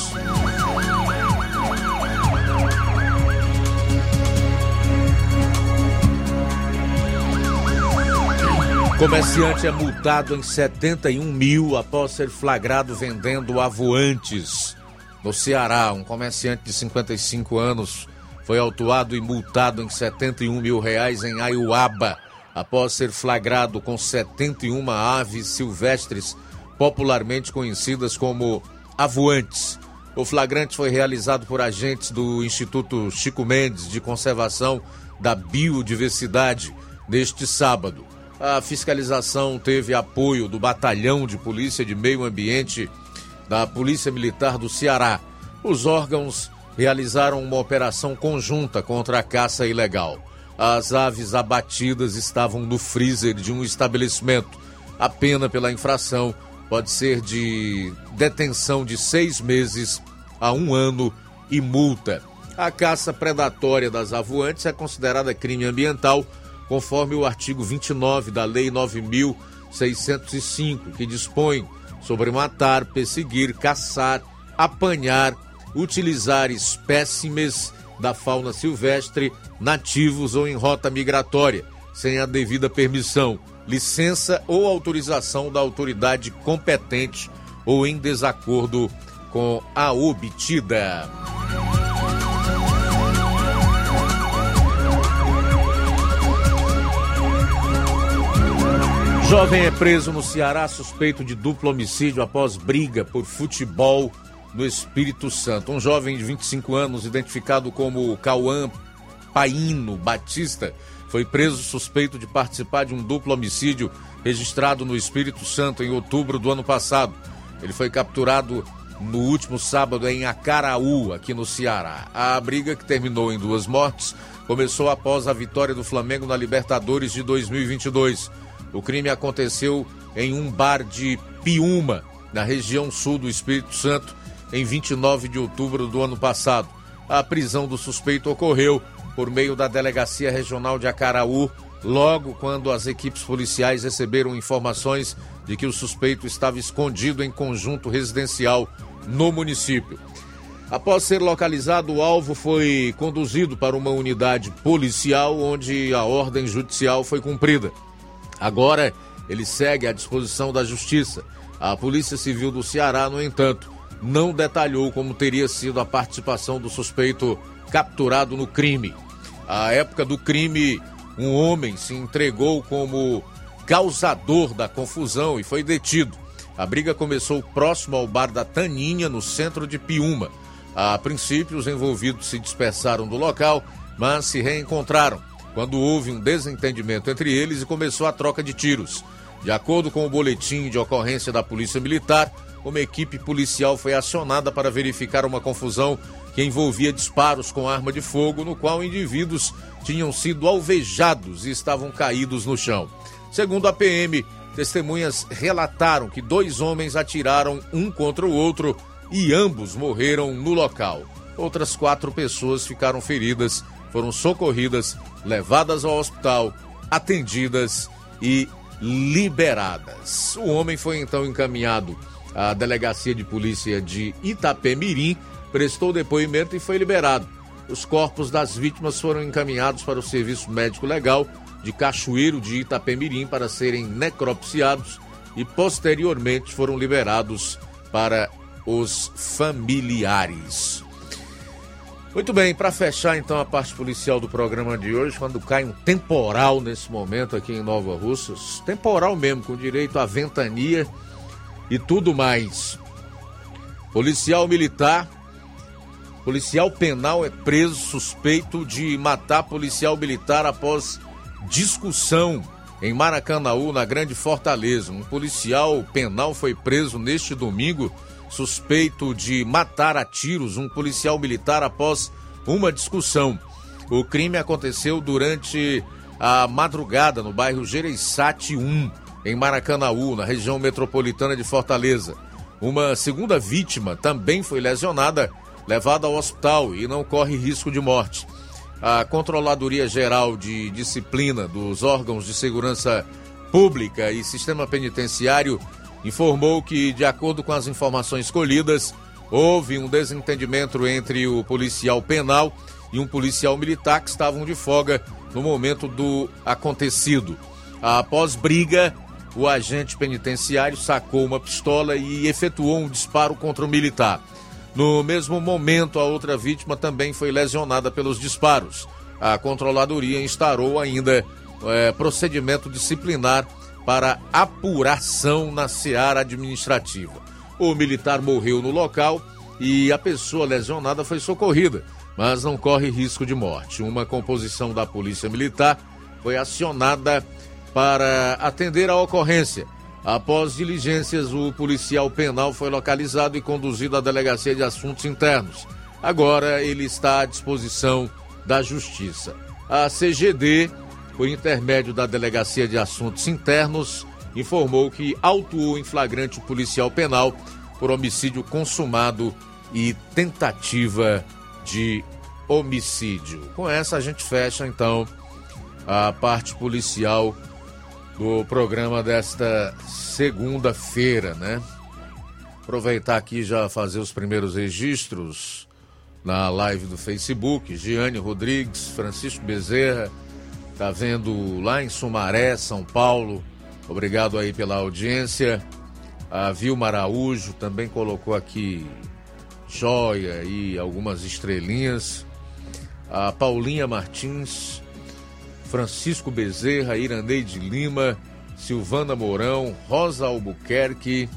Comerciante é multado em 71 mil após ser flagrado vendendo avoantes. No Ceará, um comerciante de 55 anos foi autuado e multado em 71 mil reais em Aiuaba, após ser flagrado com 71 aves silvestres, popularmente conhecidas como avoantes. O flagrante foi realizado por agentes do Instituto Chico Mendes de Conservação da Biodiversidade neste sábado. A fiscalização teve apoio do Batalhão de Polícia de Meio Ambiente da Polícia Militar do Ceará. Os órgãos realizaram uma operação conjunta contra a caça ilegal. As aves abatidas estavam no freezer de um estabelecimento. A pena pela infração pode ser de detenção de 6 meses a 1 ano e multa. A caça predatória das avoantes é considerada crime ambiental, conforme o artigo 29 da Lei 9.605, que dispõe sobre matar, perseguir, caçar, apanhar, utilizar espécimes da fauna silvestre, nativos ou em rota migratória, sem a devida permissão, licença ou autorização da autoridade competente ou em desacordo com a obtida. Jovem é preso no Ceará suspeito de duplo homicídio após briga por futebol no Espírito Santo. Um jovem de 25 anos, identificado como Cauã Paino Batista, foi preso suspeito de participar de um duplo homicídio registrado no Espírito Santo em outubro do ano passado. Ele foi capturado no último sábado em Acaraú, aqui no Ceará. A briga, que terminou em 2 mortes, começou após a vitória do Flamengo na Libertadores de 2022. O crime aconteceu em um bar de Piúma, na região sul do Espírito Santo, em 29 de outubro do ano passado. A prisão do suspeito ocorreu por meio da Delegacia Regional de Acaraú, logo quando as equipes policiais receberam informações de que o suspeito estava escondido em conjunto residencial no município. Após ser localizado, o alvo foi conduzido para uma unidade policial, onde a ordem judicial foi cumprida. Agora, ele segue à disposição da Justiça. A Polícia Civil do Ceará, no entanto, não detalhou como teria sido a participação do suspeito capturado no crime. À época do crime, um homem se entregou como causador da confusão e foi detido. A briga começou próximo ao bar da Taninha, no centro de Piúma. A princípio, os envolvidos se dispersaram do local, mas se reencontraram quando houve um desentendimento entre eles e começou a troca de tiros. De acordo com o boletim de ocorrência da Polícia Militar, uma equipe policial foi acionada para verificar uma confusão que envolvia disparos com arma de fogo, no qual indivíduos tinham sido alvejados e estavam caídos no chão. Segundo a PM, testemunhas relataram que 2 homens atiraram um contra o outro e ambos morreram no local. Outras 4 pessoas ficaram feridas, foram socorridas, levadas ao hospital, atendidas e liberadas. O homem foi então encaminhado à delegacia de polícia de Itapemirim, prestou depoimento e foi liberado. Os corpos das vítimas foram encaminhados para o Serviço Médico Legal de Cachoeiro de Itapemirim para serem necropsiados e posteriormente foram liberados para os familiares. Muito bem, para fechar então a parte policial do programa de hoje, quando cai um temporal nesse momento aqui em Nova Russas, temporal mesmo, com direito à ventania e tudo mais. Policial penal é preso suspeito de matar policial militar após discussão em Maracanaú, na Grande Fortaleza. Um policial penal foi preso neste domingo, suspeito de matar a tiros um policial militar após uma discussão. O crime aconteceu durante a madrugada no bairro Gereissati 1, em Maracanaú, na região metropolitana de Fortaleza. Uma segunda vítima também foi lesionada, levada ao hospital e não corre risco de morte. A Controladoria Geral de Disciplina dos Órgãos de Segurança Pública e Sistema Penitenciário informou que, de acordo com as informações colhidas, houve um desentendimento entre o policial penal e um policial militar que estavam de folga no momento do acontecido. Após briga, o agente penitenciário sacou uma pistola e efetuou um disparo contra o militar. No mesmo momento, a outra vítima também foi lesionada pelos disparos. A controladoria instaurou ainda procedimento disciplinar para apuração na seara administrativa. O militar morreu no local e a pessoa lesionada foi socorrida, mas não corre risco de morte. Uma composição da Polícia Militar foi acionada para atender a ocorrência. Após diligências, o policial penal foi localizado e conduzido à Delegacia de Assuntos Internos. Agora ele está à disposição da Justiça. A CGD, por intermédio da Delegacia de Assuntos Internos, informou que autuou em flagrante o policial penal por homicídio consumado e tentativa de homicídio. Com essa a gente fecha então a parte policial do programa desta segunda-feira, né? Aproveitar aqui já fazer os primeiros registros na live do Facebook. Giane Rodrigues, Francisco Bezerra, tá vendo lá em Sumaré, São Paulo. Obrigado aí pela audiência. A Vilma Araújo também colocou aqui joia e algumas estrelinhas. A Paulinha Martins, Francisco Bezerra, Iraneide Lima, Silvana Mourão, Rosa Albuquerque,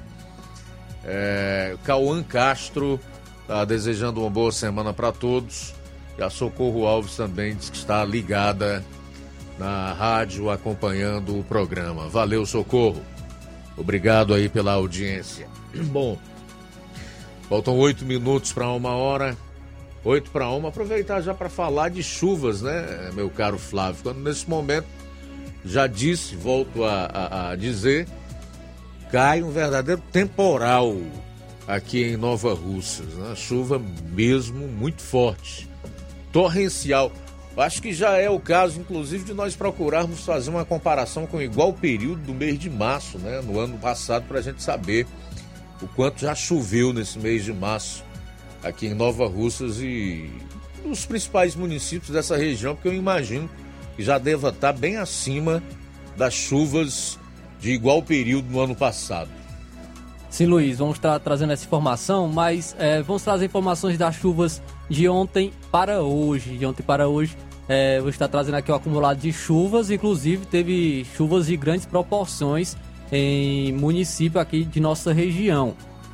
Cauã Castro, tá desejando uma boa semana para todos. E a Socorro Alves também diz que está ligada na rádio acompanhando o programa. Valeu, Socorro. Obrigado aí pela audiência. Bom, faltam 8 minutos para 1h. 8 para 1, aproveitar já para falar de chuvas, né, meu caro Flávio? Quando nesse momento, já disse, volto a dizer, cai um verdadeiro temporal aqui em Nova Russas, né? Chuva mesmo muito forte, torrencial. Acho que já é o caso, inclusive, de nós procurarmos fazer uma comparação com o igual período do mês de março, né, no ano passado, para a gente saber o quanto já choveu nesse mês de março aqui em Nova Russas e nos principais municípios dessa região, porque eu imagino que já deva estar bem acima das chuvas de igual período no ano passado. Sim, Luiz, vamos estar trazendo essa informação, mas vamos trazer informações das chuvas de ontem para hoje. Vou estar trazendo aqui o acumulado de chuvas, inclusive teve chuvas de grandes proporções em município aqui de nossa região.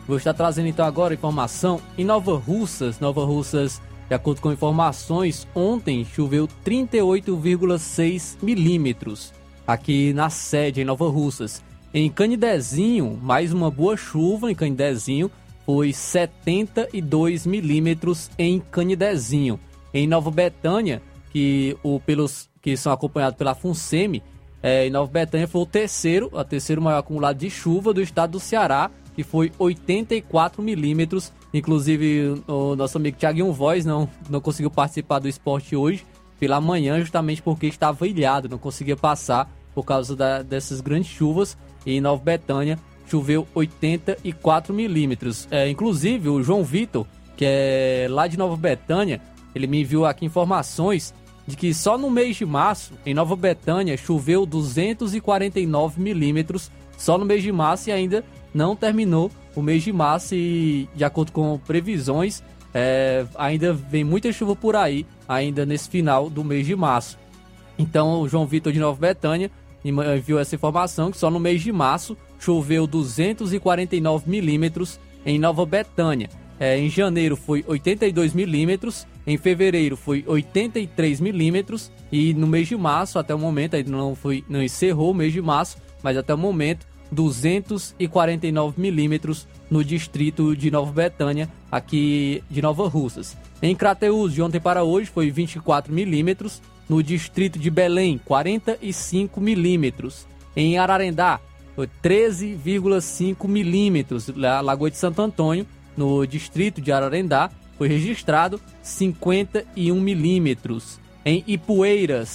Vou estar trazendo então agora informação em Nova Russas. Nova Russas, de acordo com informações, ontem choveu 38,6 milímetros aqui na sede, em Nova Russas. Em Canidezinho, mais uma boa chuva em Canidezinho, foi 72 milímetros em Canidezinho. Em Nova Betânia, pelos que são acompanhados pela FUNSEMI, em Nova Betânia foi a terceiro maior acumulado de chuva do estado do Ceará, que foi 84 milímetros. Inclusive, o nosso amigo Thiaguinho Voz não conseguiu participar do esporte hoje pela manhã, justamente porque estava ilhado, não conseguia passar por causa dessas grandes chuvas. E em Nova Betânia choveu 84 milímetros. Inclusive, o João Vitor, que é lá de Nova Betânia, ele me enviou aqui informações de que só no mês de março, em Nova Betânia, choveu 249 milímetros, só no mês de março, e ainda não terminou o mês de março, e de acordo com previsões, ainda vem muita chuva por aí, ainda nesse final do mês de março. Então, o João Vitor de Nova Betânia enviou essa informação, que só no mês de março choveu 249 milímetros em Nova Betânia. Em janeiro foi 82 milímetros, em fevereiro foi 83 milímetros, e no mês de março, até o momento, ainda não encerrou o mês de março, mas até o momento, 249 milímetros no distrito de Nova Betânia, aqui de Nova Russas. Em Crateús, de ontem para hoje, foi 24 milímetros, no distrito de Belém, 45 milímetros. Em Ararendá, foi 13,5 milímetros. Na Lagoa de Santo Antônio, no distrito de Ararendá, foi registrado 51 milímetros. Em Ipueiras,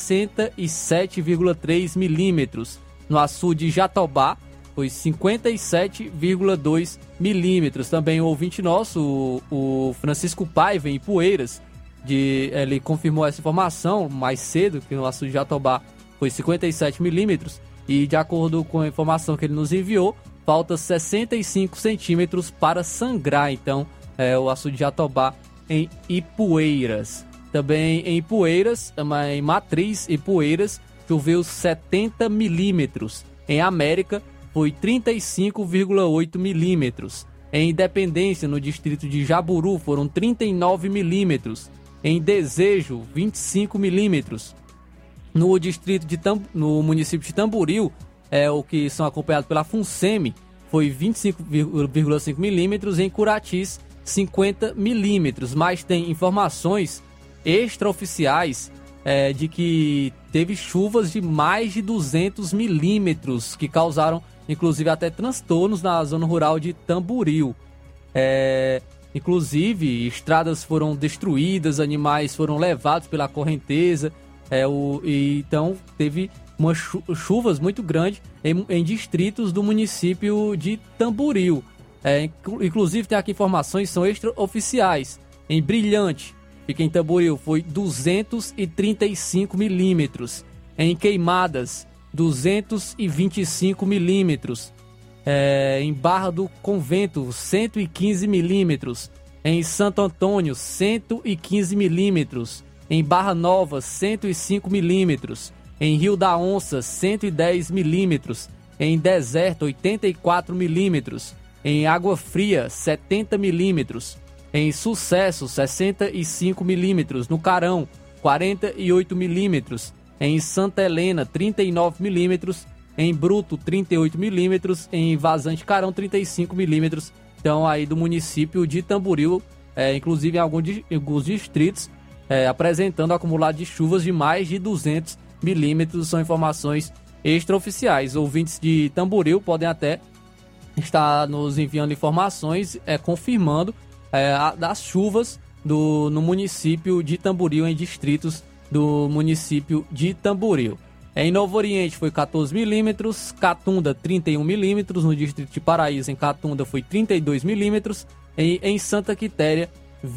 67,3 milímetros. No açude de Jatobá, foi 57,2 milímetros. Também o ouvinte nosso, o Francisco Paiva, em Ipueiras, ele confirmou essa informação mais cedo, que no açude de Jatobá foi 57 milímetros. E de acordo com a informação que ele nos enviou, falta 65 centímetros para sangrar, então, o açude de Jatobá em Ipueiras. Também em Ipueiras, em Matriz Ipueiras, choveu 70 milímetros. Em América, foi 35,8 milímetros. Em Independência, no distrito de Jaburu, foram 39 milímetros. Em Desejo, 25 milímetros. No distrito no município de Tamboril, o que são acompanhados pela FUNSEMI, foi 25,5 milímetros. Em Curatis, 50 milímetros. Mas tem informações extraoficiais de que teve chuvas de mais de 200 milímetros, que causaram, inclusive, até transtornos na zona rural de Tamboril. Inclusive, estradas foram destruídas, animais foram levados pela correnteza, então teve chuvas muito grandes em distritos do município de Tamboril. Inclusive, tem aqui informações que são extraoficiais. Em Brilhante, fica em Tamboril, foi 235 milímetros. Em Queimadas, 225 milímetros. Em Barra do Convento, 115 milímetros. Em Santo Antônio, 115 milímetros. Em Barra Nova, 105 milímetros. Em Rio da Onça, 110 milímetros. Em Deserto, 84 milímetros. Em Água Fria, 70 milímetros. Em Sucesso, 65 milímetros. No Carão, 48 milímetros. Em Santa Helena, 39 milímetros. Em Bruto, 38 milímetros. Em Vazante Carão, 35 milímetros. Então, aí do município de Tamboril, inclusive em alguns distritos, apresentando acumulado de chuvas de mais de 200 milímetros. São informações extraoficiais. Ouvintes de Tamboril podem até estar nos enviando informações, confirmando das chuvas no município de Tamboril, em distritos do município de Tamboril. Em Novo Oriente foi 14 milímetros, Catunda 31 milímetros, no distrito de Paraíso, em Catunda, foi 32 milímetros, e em Santa Quitéria,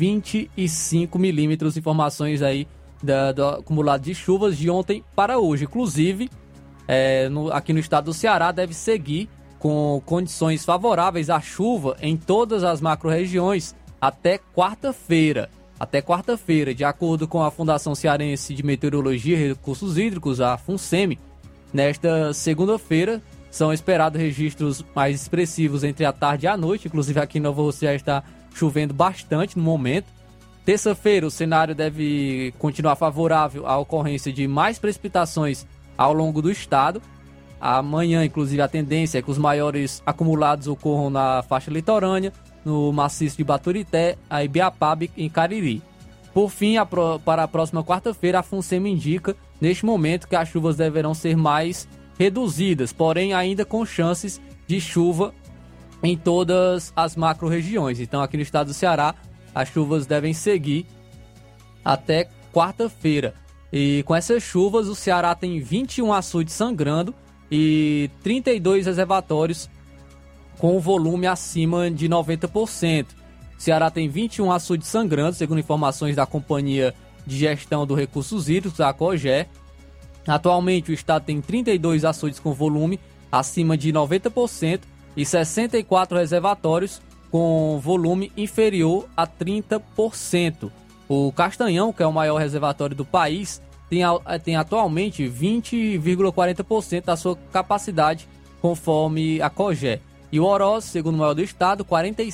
25 milímetros. Informações aí do acumulado de chuvas de ontem para hoje. Inclusive, aqui no estado do Ceará, deve seguir com condições favoráveis à chuva em todas as macro-regiões até quarta-feira. De acordo com a Fundação Cearense de Meteorologia e Recursos Hídricos, a FUNSEMI, nesta segunda-feira são esperados registros mais expressivos entre a tarde e a noite, inclusive aqui em Nova Rússia já está chovendo bastante no momento. Terça-feira o cenário deve continuar favorável à ocorrência de mais precipitações ao longo do estado. Amanhã, inclusive, a tendência é que os maiores acumulados ocorram na faixa litorânea, no maciço de Baturité, a Ibiapaba e em Cariri. Por fim, para a próxima quarta-feira, a FUNSEMI indica, neste momento, que as chuvas deverão ser mais reduzidas, porém ainda com chances de chuva em todas as macro-regiões. Então, aqui no estado do Ceará, as chuvas devem seguir até quarta-feira. E com essas chuvas, o Ceará tem 21 açudes sangrando e 32 reservatórios com volume acima de 90%. O Ceará tem 21 açudes sangrando, segundo informações da Companhia de Gestão dos Recursos Hídricos, a COGÉ. Atualmente, o estado tem 32 açudes com volume acima de 90% e 64 reservatórios com volume inferior a 30%. O Castanhão, que é o maior reservatório do país, tem atualmente 20,40% da sua capacidade, conforme a COGÉ. E o Oroz, segundo o maior do estado,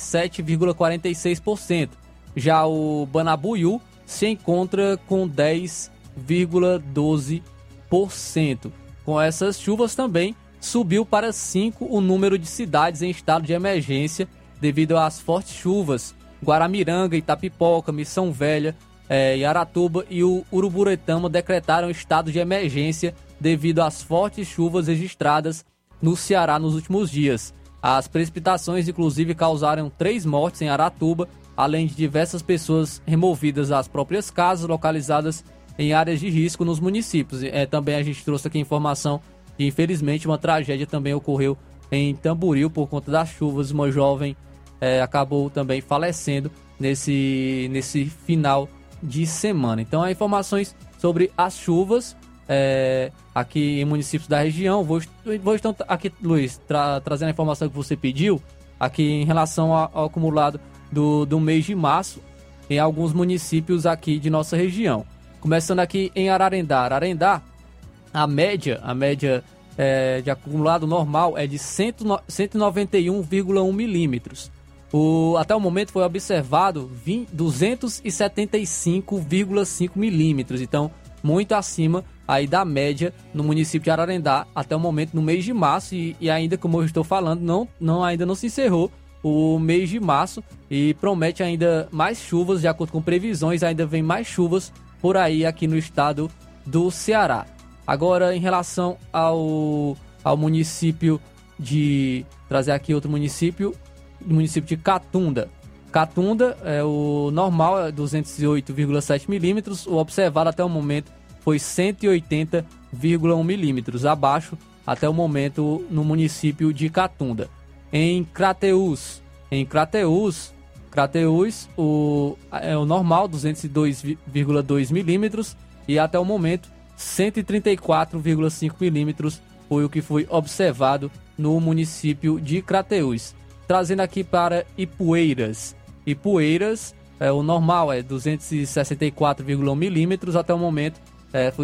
47,46%. Já o Banabuiú se encontra com 10,12%. Com essas chuvas também subiu para 5 o número de cidades em estado de emergência devido às fortes chuvas. Guaramiranga, Itapipoca, Missão Velha, Aratuba e o Uruburetama decretaram estado de emergência devido às fortes chuvas registradas no Ceará nos últimos dias. As precipitações, inclusive, causaram 3 mortes em Aratuba, além de diversas pessoas removidas das próprias casas localizadas em áreas de risco nos municípios. Também a gente trouxe aqui informação de, infelizmente, uma tragédia também ocorreu em Tamboril por conta das chuvas. Uma jovem acabou também falecendo nesse final de semana. Então, há informações sobre as chuvas aqui em municípios da região. Vou então aqui, Luiz, trazendo a informação que você pediu, aqui em relação ao acumulado do mês de março em alguns municípios aqui de nossa região. Começando aqui em Ararendá. Ararendá, a média de acumulado normal é de 191,1 milímetros. Até o momento foi observado 275,5 milímetros, então muito acima aí da média no município de Ararendá até o momento no mês de março, e ainda, como eu estou falando, ainda não se encerrou o mês de março e promete ainda mais chuvas. De acordo com previsões, ainda vem mais chuvas por aí aqui no estado do Ceará. Agora, em relação ao município de... trazer aqui outro município, o município de Catunda. Catunda, o normal é 208,7 milímetros, o observado até o momento foi 180,1 milímetros, abaixo até o momento no município de Catunda. Em Crateús, o normal 202,2 milímetros e até o momento 134,5 milímetros foi o que foi observado no município de Crateús. Trazendo aqui para Ipueiras. Ipueiras, o normal é 264,1 milímetros, até o momento foi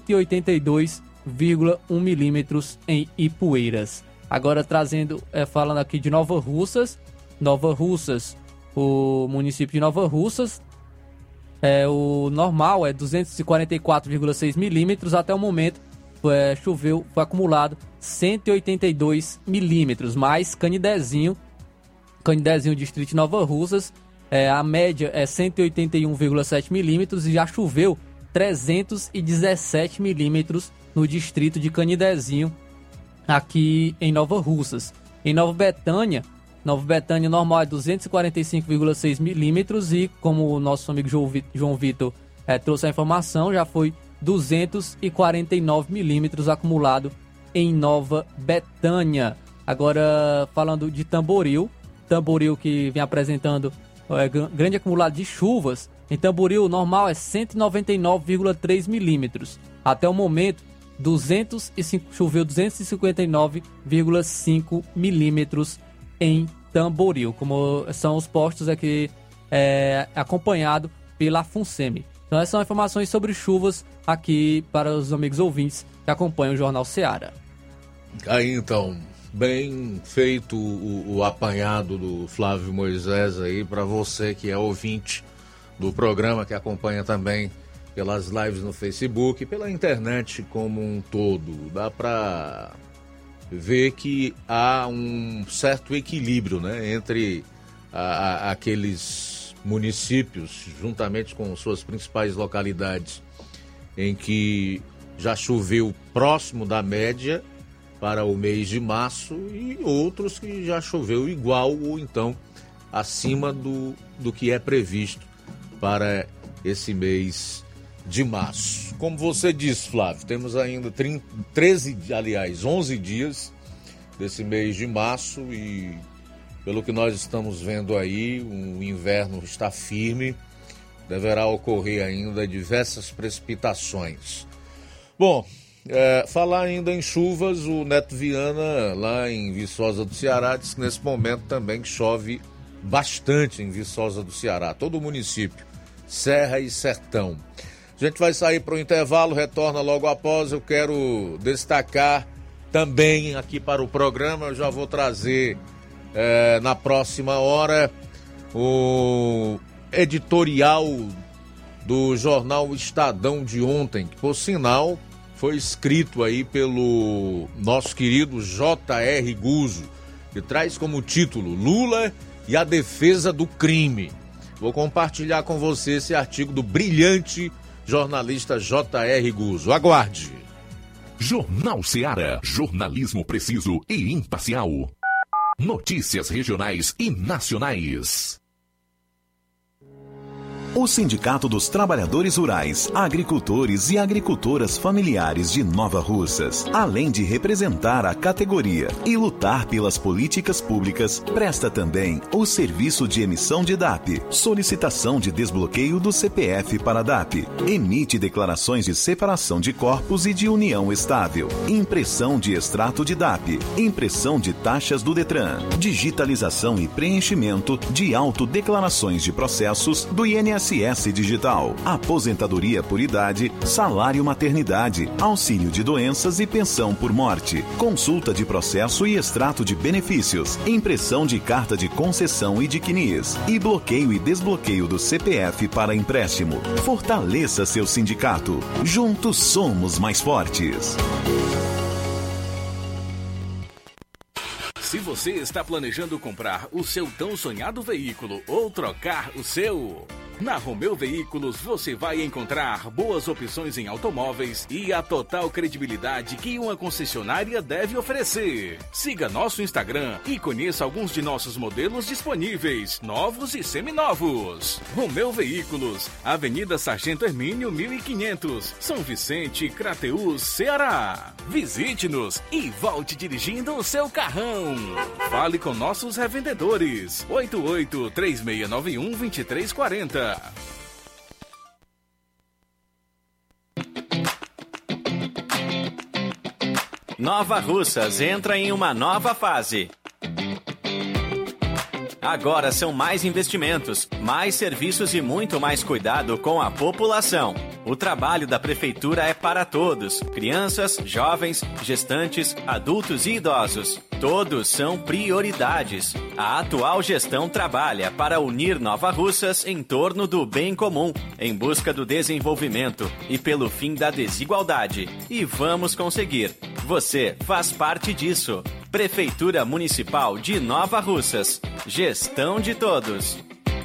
182,1 milímetros em Ipueiras. Agora falando aqui de Nova Russas. Nova Russas, o município de Nova Russas, o normal é 244,6 milímetros, até o momento foi acumulado 182 milímetros, mais Canidezinho, distrito de Nova Russas, a média é 181,7 milímetros e já choveu 317 milímetros no distrito de Canidezinho, aqui em Nova Russas. Em Nova Betânia normal é 245,6 milímetros e, como o nosso amigo João Vitor trouxe a informação, já foi 249 milímetros acumulado em Nova Betânia. Agora, falando de Tamboril que vem apresentando grande acumulado de chuvas. Em Tamboril, o normal é 199,3 milímetros. Até o momento, choveu 259,5 milímetros em Tamboril, como são os postos aqui acompanhado pela FUNSEMI. Então, essas são informações sobre chuvas aqui para os amigos ouvintes que acompanham o Jornal Ceará. Aí então, bem feito o apanhado do Flávio Moisés aí para você que é ouvinte do programa, que acompanha também pelas lives no Facebook e pela internet como um todo. Dá para ver que há um certo equilíbrio, né, entre aqueles municípios, juntamente com suas principais localidades, em que já choveu próximo da média para o mês de março, e outros que já choveu igual ou então acima do que é previsto para esse mês de março. Como você disse, Flávio, temos ainda 11 dias desse mês de março e, pelo que nós estamos vendo aí, o inverno está firme, deverá ocorrer ainda diversas precipitações. Bom, falar ainda em chuvas, o Neto Viana, lá em Viçosa do Ceará, diz que nesse momento também chove bastante em Viçosa do Ceará, todo o município, Serra e Sertão. A gente vai sair para o intervalo, retorna logo após. Eu quero destacar também aqui para o programa, eu já vou trazer na próxima hora o editorial do jornal Estadão de ontem, que por sinal foi escrito aí pelo nosso querido J.R. Guzzo, que traz como título Lula e a defesa do crime. Vou compartilhar com você esse artigo do brilhante jornalista J.R. Guzzo. Aguarde. Jornal Ceará, jornalismo preciso e imparcial. Notícias regionais e nacionais. O Sindicato dos Trabalhadores Rurais, Agricultores e Agricultoras Familiares de Nova Russas, além de representar a categoria e lutar pelas políticas públicas, presta também o serviço de emissão de DAP, solicitação de desbloqueio do CPF para DAP, emite declarações de separação de corpos e de união estável, impressão de extrato de DAP, impressão de taxas do Detran, digitalização e preenchimento de autodeclarações de processos do INSS Digital, aposentadoria por idade, salário maternidade, auxílio de doenças e pensão por morte, consulta de processo e extrato de benefícios, impressão de carta de concessão e de CNIS, e bloqueio e desbloqueio do CPF para empréstimo. Fortaleça seu sindicato. Juntos somos mais fortes. Se você está planejando comprar o seu tão sonhado veículo ou trocar o seu, na Romeu Veículos você vai encontrar boas opções em automóveis e a total credibilidade que uma concessionária deve oferecer. Siga nosso Instagram e conheça alguns de nossos modelos disponíveis, novos e seminovos. Romeu Veículos, Avenida Sargento Hermínio 1500, São Vicente, Crateús, Ceará. Visite-nos e volte dirigindo o seu carrão. Fale com nossos revendedores. 88-3691-2340. Nova Russas entra em uma nova fase. Agora são mais investimentos, mais serviços e muito mais cuidado com a população. O trabalho da Prefeitura é para todos, crianças, jovens, gestantes, adultos e idosos. Todos são prioridades. A atual gestão trabalha para unir Nova Russas em torno do bem comum, em busca do desenvolvimento e pelo fim da desigualdade. E vamos conseguir. Você faz parte disso. Prefeitura Municipal de Nova Russas. Gestão de todos.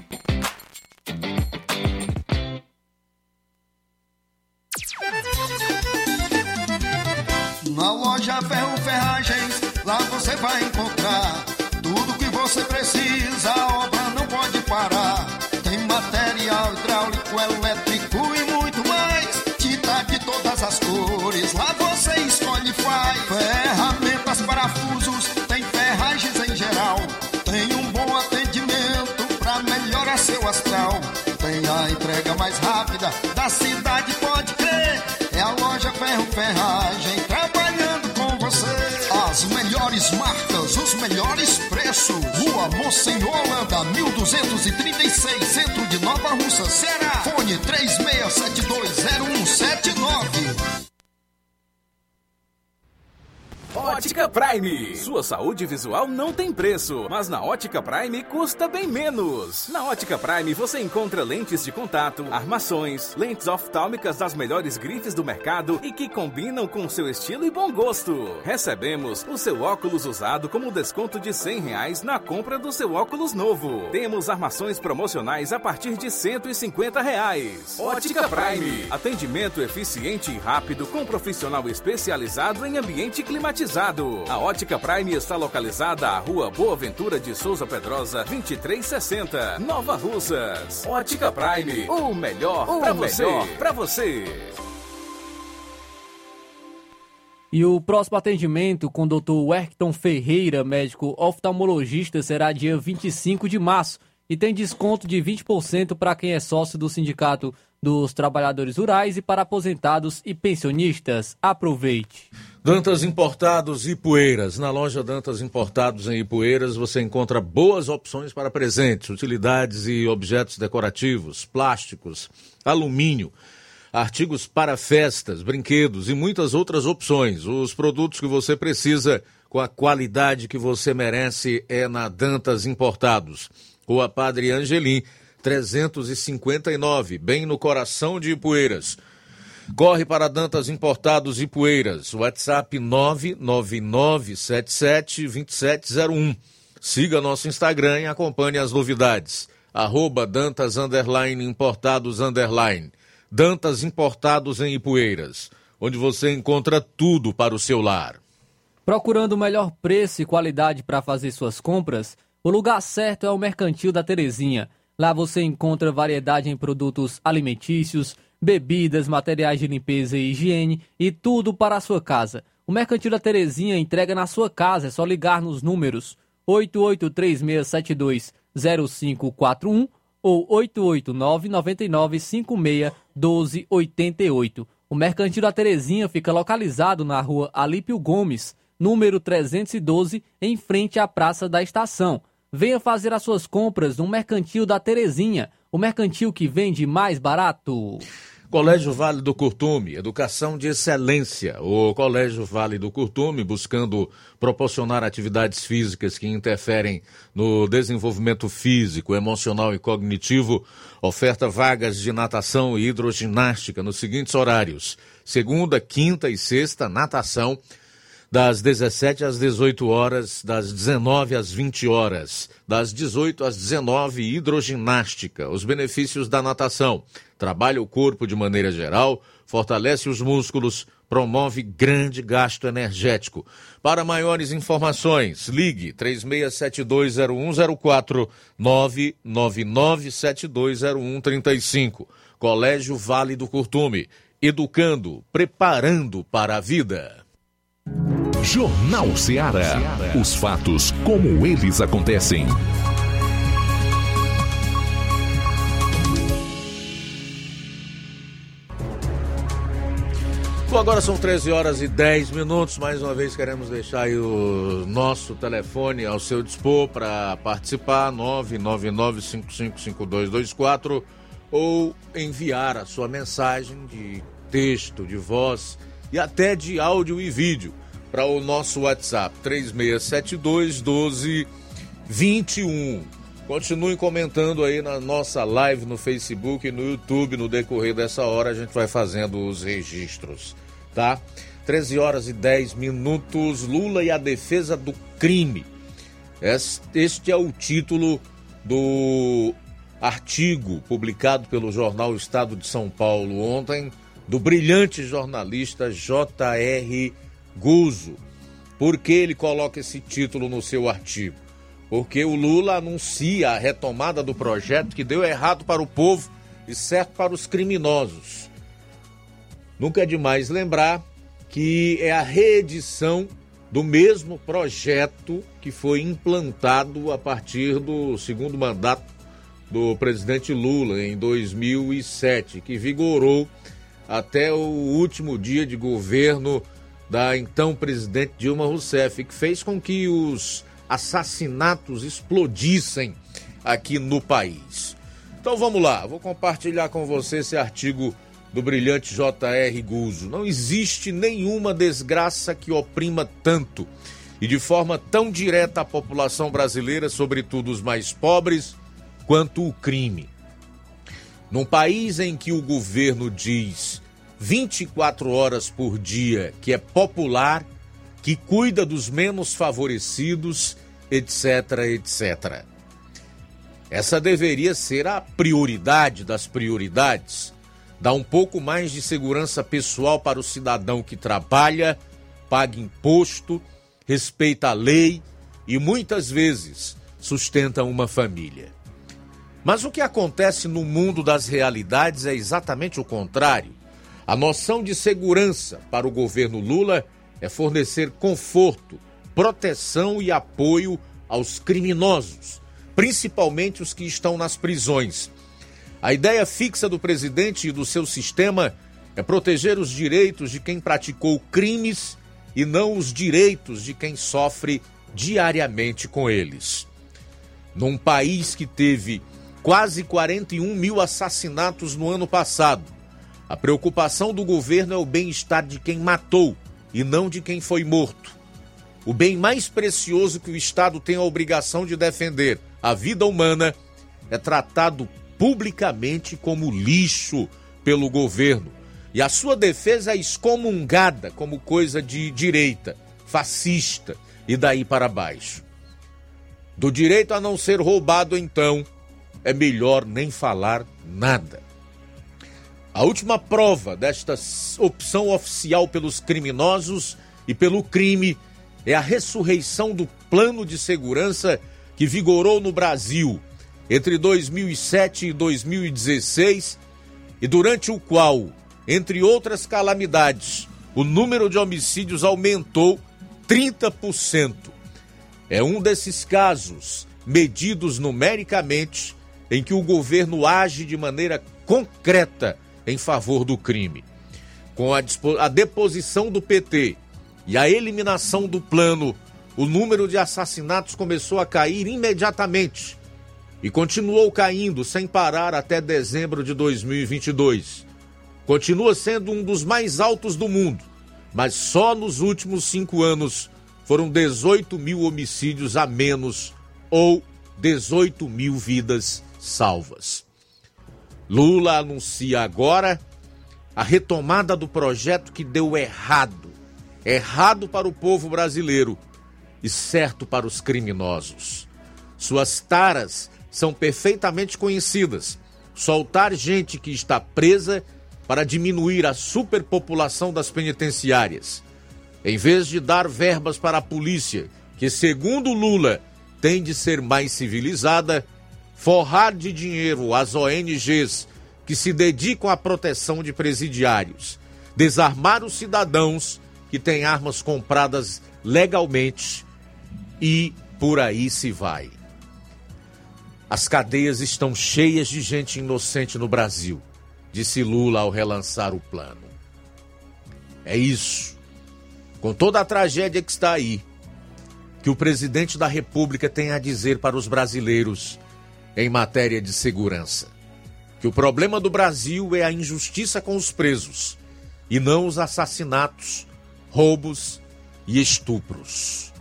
Na loja Ferro Ferragens, lá você vai encontrar tudo que você precisa, a obra não pode parar. Tem material hidráulico, elétrico e muito mais. Tinta de todas as cores, lá você escolhe e faz. Ferramentas, parafusos, tem ferragens em geral. Tem um bom atendimento pra melhorar seu astral. Tem a entrega mais rápida da cidade, pode crer. É a loja Ferro Ferragem trabalhando com você. As melhores marcas, os melhores preços. Rua Monsenhor Holanda, 1236, centro de Nova Russa, Ceará. Fone 36720179. Ótica Prime. Sua saúde visual não tem preço, mas na Ótica Prime custa bem menos. Na Ótica Prime você encontra lentes de contato, armações, lentes oftálmicas das melhores grifes do mercado e que combinam com seu estilo e bom gosto. Recebemos o seu óculos usado como desconto de R$100 na compra do seu óculos novo. Temos armações promocionais a partir de R$150. Ótica Prime. Atendimento eficiente e rápido com profissional especializado em ambiente climatizado. A Ótica Prime está localizada à Rua Boa Ventura de Souza Pedrosa, 2360, Nova Russas. Ótica Prime, o melhor pra você. E o próximo atendimento com o Dr. Werkton Ferreira, médico oftalmologista, será dia 25 de março e tem desconto de 20% para quem é sócio do Sindicato dos Trabalhadores Rurais e para aposentados e pensionistas. Aproveite. Dantas Importados Ipueiras. Na loja Dantas Importados em Ipueiras você encontra boas opções para presentes, utilidades e objetos decorativos, plásticos, alumínio, artigos para festas, brinquedos e muitas outras opções. Os produtos que você precisa com a qualidade que você merece é na Dantas Importados. Rua Padre Angelim, 359, bem no coração de Ipueiras. Corre para Dantas Importados Ipueiras, WhatsApp 999772701. Siga nosso Instagram e acompanhe as novidades. @Dantas_Importados_. Dantas Importados em Ipueiras, onde você encontra tudo para o seu lar. Procurando o melhor preço e qualidade para fazer suas compras? O lugar certo é o Mercantil da Terezinha. Lá você encontra variedade em produtos alimentícios, bebidas, materiais de limpeza e higiene e tudo para a sua casa. O Mercantil da Terezinha entrega na sua casa, é só ligar nos números 8836720541 ou 889-9956-1288. O Mercantil da Terezinha fica localizado na rua Alípio Gomes, número 312, em frente à Praça da Estação. Venha fazer as suas compras no Mercantil da Terezinha, o mercantil que vende mais barato. Colégio Vale do Curtume, educação de excelência. O Colégio Vale do Curtume, buscando proporcionar atividades físicas que interferem no desenvolvimento físico, emocional e cognitivo, oferta vagas de natação e hidroginástica nos seguintes horários: segunda, quinta e sexta, natação, das 17 às 18 horas, das 19 às 20 horas, das 18 às 19, hidroginástica. Os benefícios da natação: trabalha o corpo de maneira geral, fortalece os músculos, promove grande gasto energético. Para maiores informações, ligue 36720104, 999720135. Colégio Vale do Curtume, educando, preparando para a vida. Jornal Ceará. Os fatos como eles acontecem. Bom, agora são 13 horas e 10 minutos. Mais uma vez queremos deixar aí o nosso telefone ao seu dispor para participar, 999555224, ou enviar a sua mensagem de texto, de voz e até de áudio e vídeo para o nosso WhatsApp 3672-1221. Continue comentando aí na nossa live no Facebook e no YouTube. No decorrer dessa hora a gente vai fazendo os registros, tá? 13 horas e 10 minutos. Lula e a defesa do crime. Este é o título do artigo publicado pelo jornal Estado de São Paulo ontem, do brilhante jornalista J.R. Guzzo. Por que ele coloca esse título no seu artigo? Porque o Lula anuncia a retomada do projeto que deu errado para o povo e certo para os criminosos. Nunca é demais lembrar que é a reedição do mesmo projeto que foi implantado a partir do segundo mandato do presidente Lula em 2007, que vigorou até o último dia de governo da então presidente Dilma Rousseff, que fez com que os assassinatos explodissem aqui no país. Então vamos lá, vou compartilhar com você esse artigo do brilhante J.R. Guzzo. Não existe nenhuma desgraça que oprima tanto e de forma tão direta a população brasileira, sobretudo os mais pobres, quanto o crime. Num país em que o governo diz 24 horas por dia que é popular, que cuida dos menos favorecidos, etc, etc. Essa deveria ser a prioridade das prioridades. Dar um pouco mais de segurança pessoal para o cidadão que trabalha, paga imposto, respeita a lei e muitas vezes sustenta uma família. Mas o que acontece no mundo das realidades é exatamente o contrário. A noção de segurança para o governo Lula é fornecer conforto, proteção e apoio aos criminosos, principalmente os que estão nas prisões. A ideia fixa do presidente e do seu sistema é proteger os direitos de quem praticou crimes e não os direitos de quem sofre diariamente com eles. Num país que teve quase 41 mil assassinatos no ano passado, a preocupação do governo é o bem-estar de quem matou e não de quem foi morto. O bem mais precioso que o Estado tem a obrigação de defender, a vida humana, é tratado publicamente como lixo pelo governo. E a sua defesa é excomungada como coisa de direita, fascista e daí para baixo. Do direito a não ser roubado, então, é melhor nem falar nada. A última prova desta opção oficial pelos criminosos e pelo crime é a ressurreição do plano de segurança que vigorou no Brasil entre 2007 e 2016 e durante o qual, entre outras calamidades, o número de homicídios aumentou 30%. É um desses casos, medidos numericamente, em que o governo age de maneira concreta em favor do crime. Com a deposição do PT e a eliminação do plano, o número de assassinatos começou a cair imediatamente e continuou caindo sem parar até dezembro de 2022. Continua sendo um dos mais altos do mundo, mas só nos últimos 5 anos foram 18 mil homicídios a menos ou 18 mil vidas salvas. Lula anuncia agora a retomada do projeto que deu errado. Errado para o povo brasileiro e certo para os criminosos. Suas taras são perfeitamente conhecidas. Soltar gente que está presa para diminuir a superpopulação das penitenciárias. Em vez de dar verbas para a polícia, que segundo Lula tem de ser mais civilizada, forrar de dinheiro as ONGs que se dedicam à proteção de presidiários, desarmar os cidadãos que têm armas compradas legalmente e por aí se vai. As cadeias estão cheias de gente inocente no Brasil, disse Lula ao relançar o plano. É isso, com toda a tragédia que está aí, que o presidente da República tem a dizer para os brasileiros em matéria de segurança. Que o problema do Brasil é a injustiça com os presos e não os assassinatos, roubos e estupros.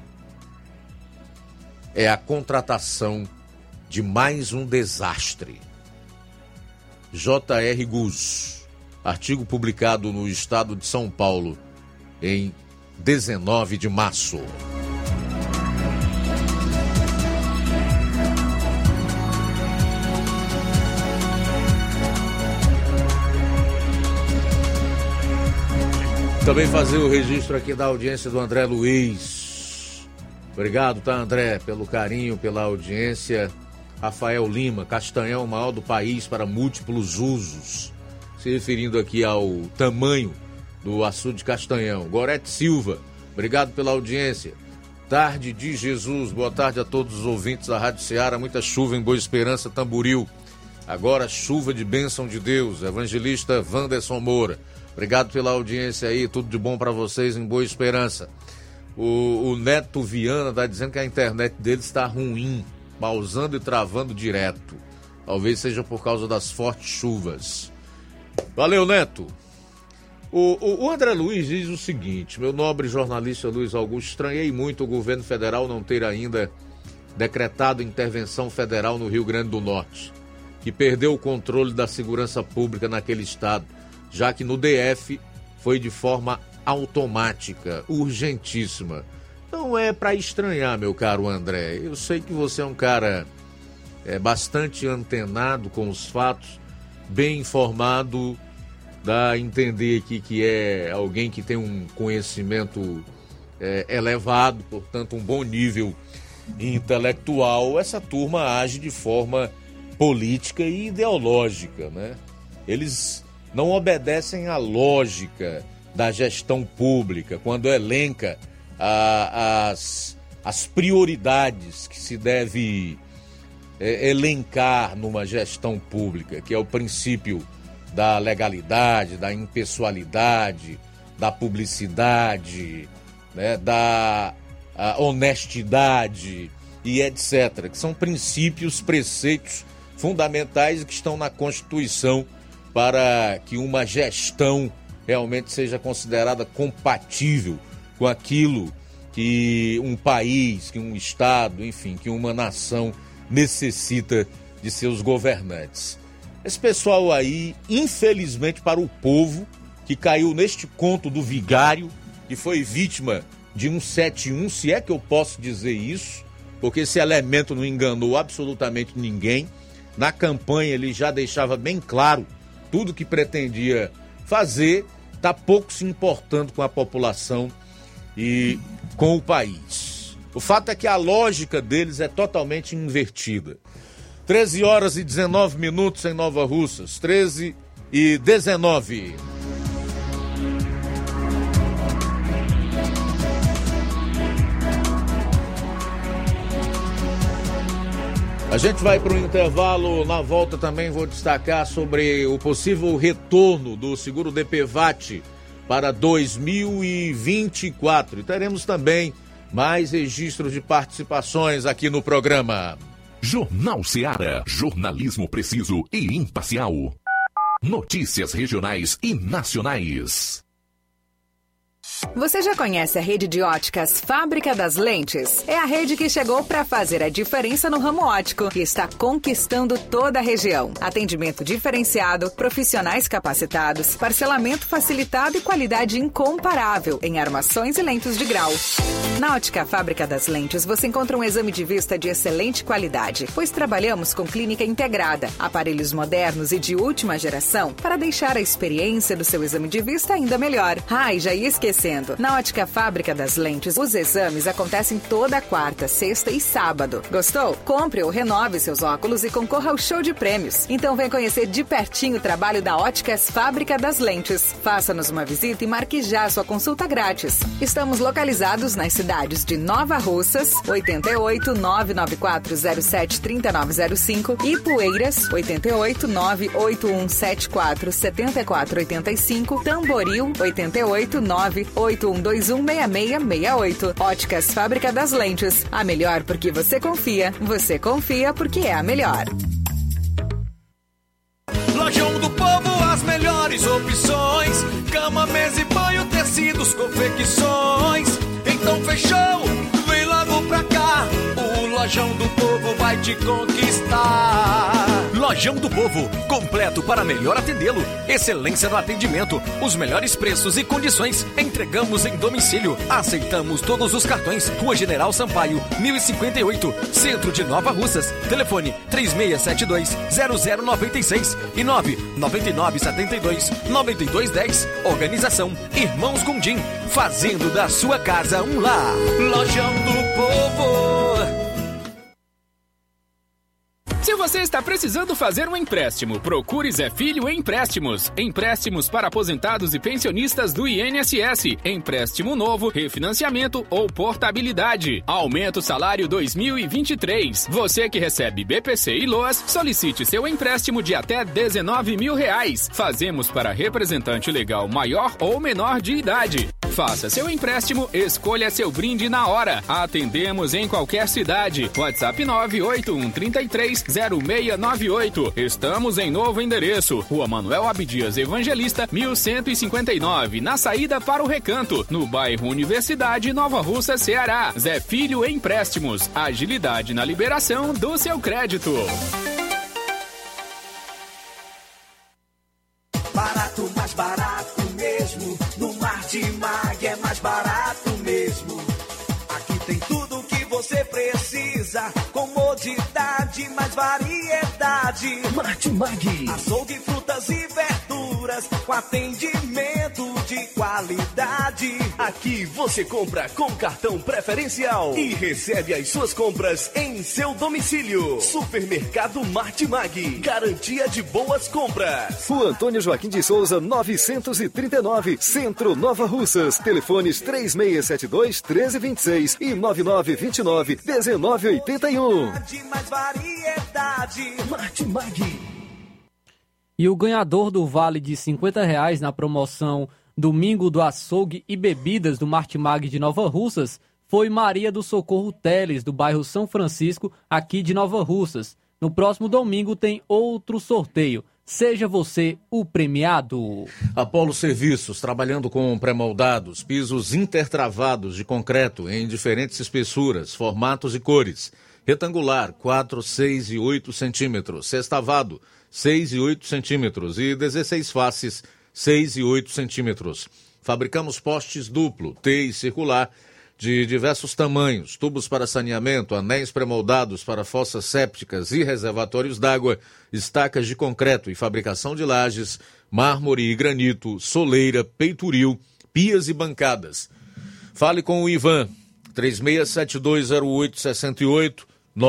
É a contratação de mais um desastre. J.R. Guzzo, artigo publicado no Estado de São Paulo em 19 de março. Também fazer o registro aqui da audiência do André Luiz. Obrigado, tá, André, pelo carinho, pela audiência. Rafael Lima, Castanhão, maior do país para múltiplos usos. Se referindo aqui ao tamanho do açude de Castanhão. Gorete Silva, obrigado pela audiência. Tarde de Jesus, boa tarde a todos os ouvintes da Rádio Ceará. Muita chuva em Boa Esperança, Tamboril. Agora chuva de bênção de Deus. Evangelista Wanderson Moura. Obrigado pela audiência aí, tudo de bom para vocês em Boa Esperança. O Neto Viana está dizendo que a internet dele está ruim, pausando e travando direto. Talvez seja por causa das fortes chuvas. Valeu, Neto. O André Luiz diz o seguinte: meu nobre jornalista Luiz Augusto, estranhei muito o governo federal não ter ainda decretado intervenção federal no Rio Grande do Norte, que perdeu o controle da segurança pública naquele estado, já que no DF foi de forma automática, urgentíssima. Não é para estranhar, meu caro André. Eu sei que você é um cara bastante antenado com os fatos, bem informado, dá a entender aqui que é alguém que tem um conhecimento elevado, portanto um bom nível intelectual. Essa turma age de forma política e ideológica, né? Eles não obedecem à lógica da gestão pública quando elenca as prioridades que se deve elencar numa gestão pública, que é o princípio da legalidade, da impessoalidade, da publicidade, né, da honestidade e etc., que são princípios, preceitos fundamentais que estão na Constituição para que uma gestão realmente seja considerada compatível com aquilo que um país, que um estado, enfim, que uma nação necessita de seus governantes. Esse pessoal aí, infelizmente para o povo, que caiu neste conto do vigário, que foi vítima de 171, se é que eu posso dizer isso, porque esse elemento não enganou absolutamente ninguém. Na campanha ele já deixava bem claro tudo que pretendia fazer, está pouco se importando com a população e com o país. O fato é que a lógica deles é totalmente invertida. 13 horas e 19 minutos em Nova Russas, 13 e 19. A gente vai para o intervalo. Na volta também vou destacar sobre o possível retorno do seguro DPVAT para 2024. E teremos também mais registros de participações aqui no programa. Jornal Ceará, jornalismo preciso e imparcial. Notícias regionais e nacionais. Você já conhece a rede de óticas Fábrica das Lentes? É a rede que chegou para fazer a diferença no ramo óptico e está conquistando toda a região. Atendimento diferenciado, profissionais capacitados, parcelamento facilitado e qualidade incomparável em armações e lentes de grau. Na Ótica Fábrica das Lentes você encontra um exame de vista de excelente qualidade, pois trabalhamos com clínica integrada, aparelhos modernos e de última geração para deixar a experiência do seu exame de vista ainda melhor. E já ia esquecendo. Na Ótica Fábrica das Lentes, os exames acontecem toda quarta, sexta e sábado. Gostou? Compre ou renove seus óculos e concorra ao show de prêmios. Então vem conhecer de pertinho o trabalho da Óticas Fábrica das Lentes. Faça-nos uma visita e marque já sua consulta grátis. Estamos localizados nas cidades de Nova Russas, 88 99407 3905, e Poeiras, 88 98174 7485, Tamboril, 88 981216668. Óticas Fábrica das Lentes. A melhor porque você confia porque é a melhor. Lojão do Povo, as melhores opções: cama, mesa e banho, tecidos, confecções. Então fechou, vem logo pra cá. O Lojão do Povo vai te conquistar. Lojão do Povo, completo para melhor atendê-lo. Excelência no atendimento, os melhores preços e condições. Entregamos em domicílio. Aceitamos todos os cartões. Rua General Sampaio, 1058, Centro de Nova Russas. Telefone 3672-0096 e 99972-9210. Organização Irmãos Gondim, fazendo da sua casa um lar. Lojão do Povo. Se você está precisando fazer um empréstimo, procure Zé Filho Empréstimos. Empréstimos para aposentados e pensionistas do INSS. Empréstimo novo, refinanciamento ou portabilidade. Aumento salário 2023. Você que recebe BPC e LOAS, solicite seu empréstimo de até R$19 mil. Fazemos para representante legal maior ou menor de idade. Faça seu empréstimo, escolha seu brinde na hora. Atendemos em qualquer cidade. WhatsApp 981330698. Estamos em novo endereço. Rua Manuel Abdias Evangelista, 1159, na saída para o Recanto, no bairro Universidade, Nova Russa, Ceará. Zé Filho Empréstimos. Agilidade na liberação do seu crédito. Barato, mais barato mesmo. No Martimag é mais barato mesmo. Aqui tem tudo o que você precisa. Comodidade, mais variedade. Martimag. Açougue, frutas e verduras com atendimento de qualidade. Aqui você compra com cartão preferencial e recebe as suas compras em seu domicílio. Supermercado Martimag. Garantia de boas compras. Rua Antônio Joaquim de Souza, 939, Centro, Nova Russas. Telefones 3672-1326 e 9929-1981. Mais variedade. Martimag. E o ganhador do vale de R$50 na promoção Domingo do Açougue e Bebidas do Martimag de Nova Russas foi Maria do Socorro Teles, do bairro São Francisco, aqui de Nova Russas. No próximo domingo tem outro sorteio. Seja você o premiado. Apolo Serviços, trabalhando com pré-moldados, pisos intertravados de concreto em diferentes espessuras, formatos e cores. Retangular, 4, 6 e 8 centímetros. Sextavado, 6 e 8 centímetros. E 16 faces, 6 e 8 centímetros. Fabricamos postes duplo, T e circular, de diversos tamanhos, tubos para saneamento, anéis pré-moldados para fossas sépticas e reservatórios d'água, estacas de concreto e fabricação de lajes, mármore e granito, soleira, peitoril, pias e bancadas. Fale com o Ivan, 36720868,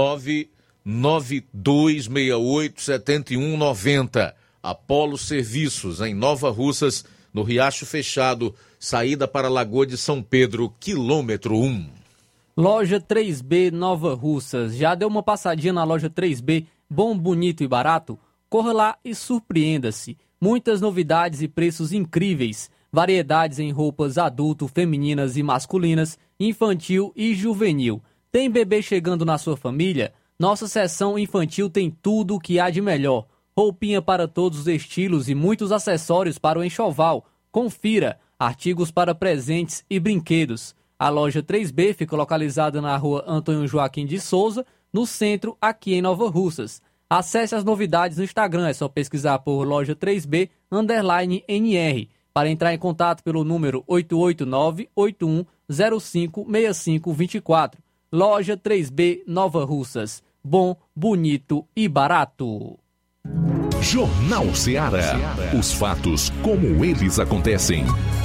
992687190. Apolo Serviços, em Nova Russas, no Riacho Fechado, saída para a Lagoa de São Pedro, quilômetro 1. Loja 3B Nova Russas. Já deu uma passadinha na loja 3B, bom, bonito e barato? Corra lá e surpreenda-se. Muitas novidades e preços incríveis. Variedades em roupas adulto, femininas e masculinas, infantil e juvenil. Tem bebê chegando na sua família? Nossa seção infantil tem tudo o que há de melhor. Roupinha para todos os estilos e muitos acessórios para o enxoval. Confira, artigos para presentes e brinquedos. A loja 3B fica localizada na rua Antônio Joaquim de Souza, no centro, aqui em Nova Russas. Acesse as novidades no Instagram, é só pesquisar por loja 3B_NR. Para entrar em contato pelo número 889-8105-6524. Loja 3B Nova Russas. Bom, bonito e barato. Jornal Ceará. Os fatos como eles acontecem.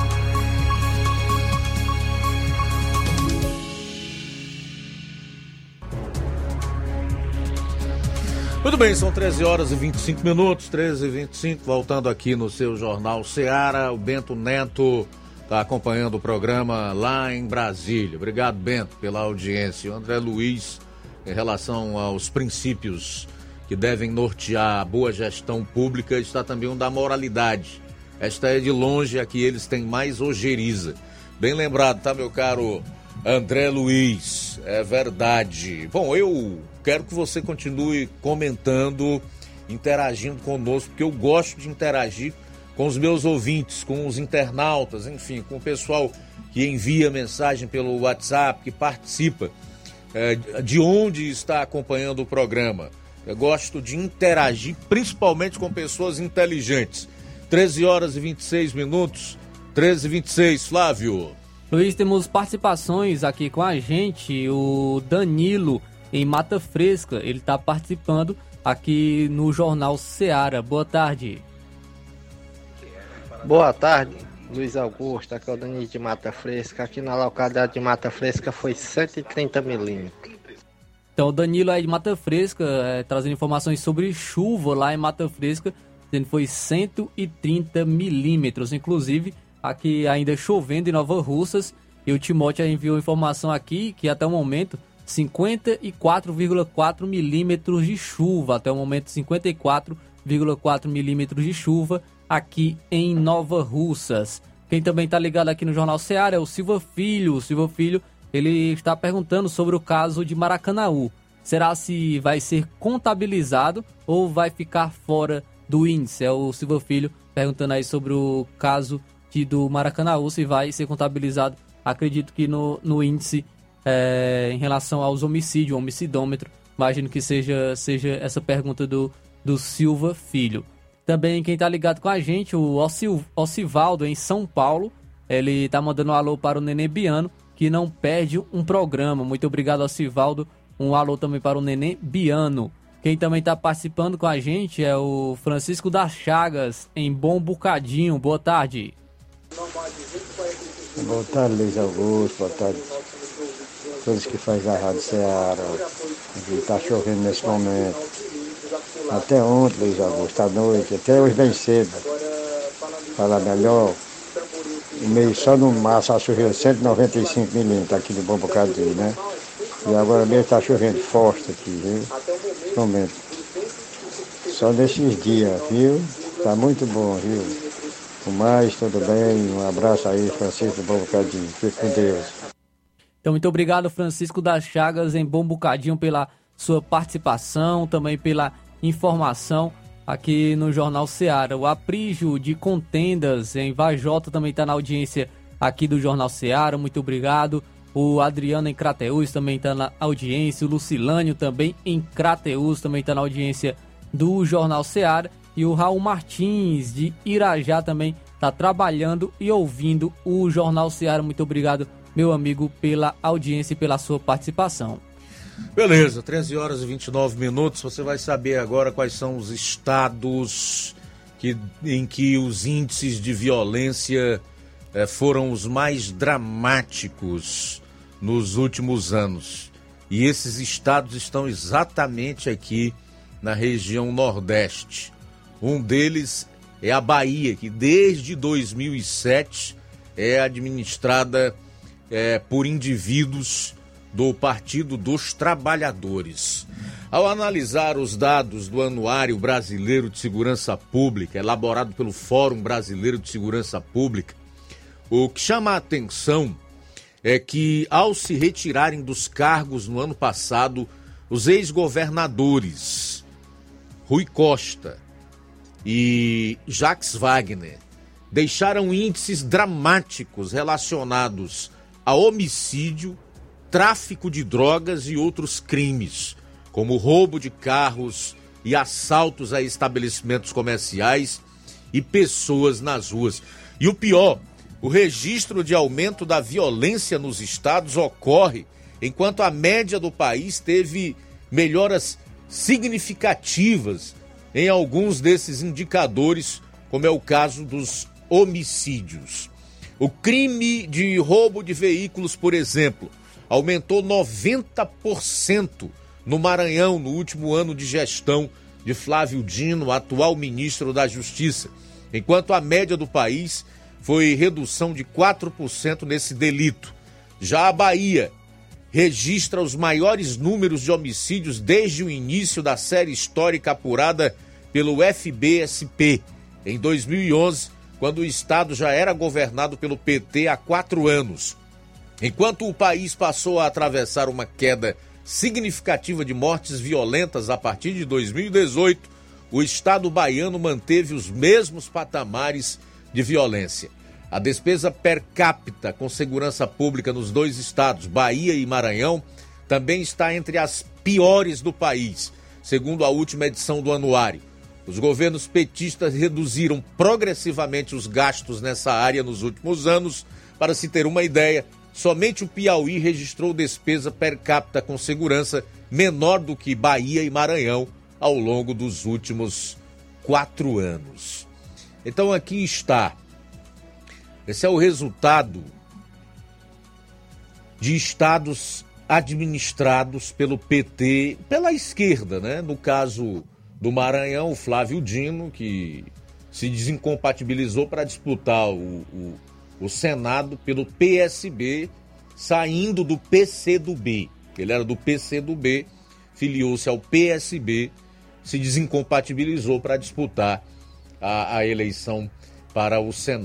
Muito bem, são 13 horas e 25 minutos, 13 e 25, voltando aqui no seu Jornal Ceará. O Bento Neto está acompanhando o programa lá em Brasília. Obrigado, Bento, pela audiência. O André Luiz, em relação aos princípios que devem nortear a boa gestão pública, está também um da moralidade. Esta é de longe a que eles têm mais ojeriza. Bem lembrado, tá, meu caro André Luiz? É verdade. Bom, eu quero que você continue comentando, interagindo conosco, porque eu gosto de interagir com os meus ouvintes, com os internautas, enfim, com o pessoal que envia mensagem pelo WhatsApp, que participa, de onde está acompanhando o programa. Eu gosto de interagir, principalmente com pessoas inteligentes. 13 horas e 26 minutos, 13 e 26, Flávio. Luiz, temos participações aqui com a gente, o Danilo, em Mata Fresca, ele está participando aqui no Jornal Ceará. Boa tarde. Boa tarde, Luiz Augusto, aqui é o Danilo de Mata Fresca. Aqui na localidade de Mata Fresca foi 130 milímetros. Então, o Danilo é de Mata Fresca, trazendo informações sobre chuva lá em Mata Fresca, dizendo que foi 130 milímetros. Inclusive, aqui ainda chovendo em Nova Russas, e o Timóteo enviou informação aqui que até o momento 54,4 milímetros de chuva. Até o momento, 54,4 milímetros de chuva aqui em Nova Russas. Quem também está ligado aqui no Jornal Seara é o Silva Filho. O Silva Filho, ele está perguntando sobre o caso de Maracanaú. Será se vai ser contabilizado ou vai ficar fora do índice? É o Silva Filho perguntando aí sobre o caso do Maracanaú, se vai ser contabilizado. Acredito que no índice em relação aos homicídios, o homicidômetro. Imagino que seja essa pergunta do Silva Filho. Também quem está ligado com a gente, o Ocivaldo, em São Paulo. Ele está mandando um alô para o Nenê Biano, que não perde um programa. Muito obrigado, Ocivaldo. Um alô também para o Nenê Biano. Quem também está participando com a gente é o Francisco das Chagas, em Bom Bocadinho. Boa tarde. Boa tarde, Luiz Augusto. Boa tarde a todos que fazem a Rádio Ceará. Está chovendo nesse momento. Até ontem, Luiz Augusto, à noite, até hoje bem cedo. Falar melhor. O mês só no mar só choveu 195 milímetros aqui no Bom Bocadinho, né? E agora mesmo está chovendo forte aqui, viu? Nesse momento. Só nesses dias, viu? Está muito bom, viu? O mais, tudo bem. Um abraço aí, Francisco do Bom Bocadinho. Fique com Deus. Então, muito obrigado, Francisco das Chagas, em Bom Bocadinho, pela sua participação, também pela informação aqui no Jornal Seara. O Aprígio de Contendas, em Vajota, também está na audiência aqui do Jornal Seara. Muito obrigado. O Adriano, em Crateús, também está na audiência. O Lucilânio, também em Crateús, também está na audiência do Jornal Seara. E o Raul Martins, de Irajá, também está trabalhando e ouvindo o Jornal Seara. Muito obrigado, meu amigo, pela audiência e pela sua participação. Beleza, 13 horas e 29 minutos. Você vai saber agora quais são os estados em que os índices de violência foram os mais dramáticos nos últimos anos. E esses estados estão exatamente aqui na região Nordeste. Um deles é a Bahia, que desde 2007 é administrada por indivíduos do Partido dos Trabalhadores. Ao analisar os dados do Anuário Brasileiro de Segurança Pública, elaborado pelo Fórum Brasileiro de Segurança Pública, o que chama a atenção é que, ao se retirarem dos cargos no ano passado, os ex-governadores Rui Costa e Jacques Wagner deixaram índices dramáticos relacionados a homicídio, tráfico de drogas e outros crimes, como roubo de carros e assaltos a estabelecimentos comerciais e pessoas nas ruas. E o pior, o registro de aumento da violência nos estados ocorre enquanto a média do país teve melhoras significativas em alguns desses indicadores, como é o caso dos homicídios. O crime de roubo de veículos, por exemplo, aumentou 90% no Maranhão no último ano de gestão de Flávio Dino, atual ministro da Justiça, enquanto a média do país foi redução de 4% nesse delito. Já a Bahia registra os maiores números de homicídios desde o início da série histórica apurada pelo FBSP, em 2011, quando o estado já era governado pelo PT há 4 anos. Enquanto o país passou a atravessar uma queda significativa de mortes violentas a partir de 2018, o estado baiano manteve os mesmos patamares de violência. A despesa per capita com segurança pública nos dois estados, Bahia e Maranhão, também está entre as piores do país, segundo a última edição do anuário. Os governos petistas reduziram progressivamente os gastos nessa área nos últimos anos. Para se ter uma ideia, somente o Piauí registrou despesa per capita com segurança menor do que Bahia e Maranhão ao longo dos últimos 4 anos. Então aqui está. Esse é o resultado de estados administrados pelo PT, pela esquerda, né? No caso do Maranhão, o Flávio Dino, que se desincompatibilizou para disputar o Senado pelo PSB, saindo do PCdoB. Ele era do PCdoB, filiou-se ao PSB, se desincompatibilizou para disputar a eleição para o Senado.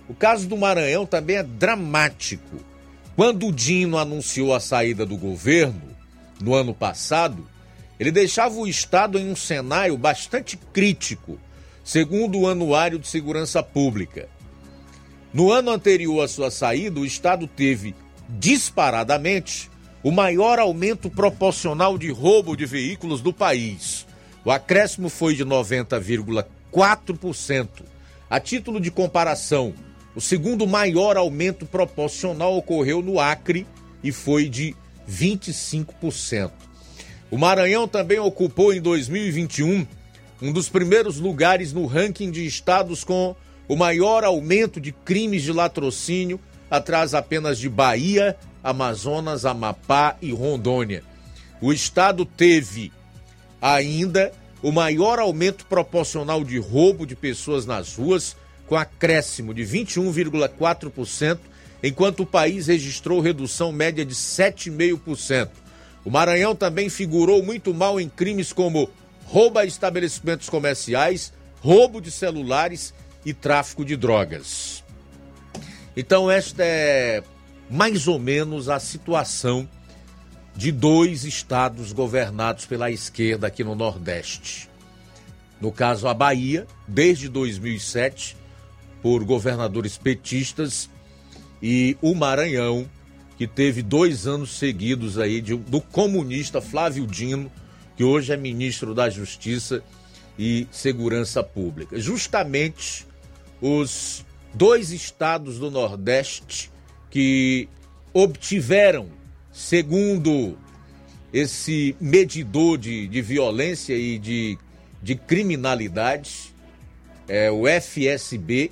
O caso do Maranhão também é dramático. Quando o Dino anunciou a saída do governo, no ano passado, ele deixava o Estado em um cenário bastante crítico, segundo o Anuário de Segurança Pública. No ano anterior à sua saída, o Estado teve, disparadamente, o maior aumento proporcional de roubo de veículos do país. O acréscimo foi de 90,4%. A título de comparação, o segundo maior aumento proporcional ocorreu no Acre e foi de 25%. O Maranhão também ocupou em 2021 um dos primeiros lugares no ranking de estados com o maior aumento de crimes de latrocínio, atrás apenas de Bahia, Amazonas, Amapá e Rondônia. O estado teve ainda o maior aumento proporcional de roubo de pessoas nas ruas, com acréscimo de 21,4%, enquanto o país registrou redução média de 7,5%. O Maranhão também figurou muito mal em crimes como roubo a estabelecimentos comerciais, roubo de celulares e tráfico de drogas. Então esta é mais ou menos a situação de 2 estados governados pela esquerda aqui no Nordeste. No caso, a Bahia, desde 2007, por governadores petistas, e o Maranhão, que teve 2 anos seguidos aí do comunista Flávio Dino, que hoje é ministro da Justiça e Segurança Pública. Justamente os 2 estados do Nordeste que obtiveram, segundo esse medidor de violência e de criminalidade, o FSB,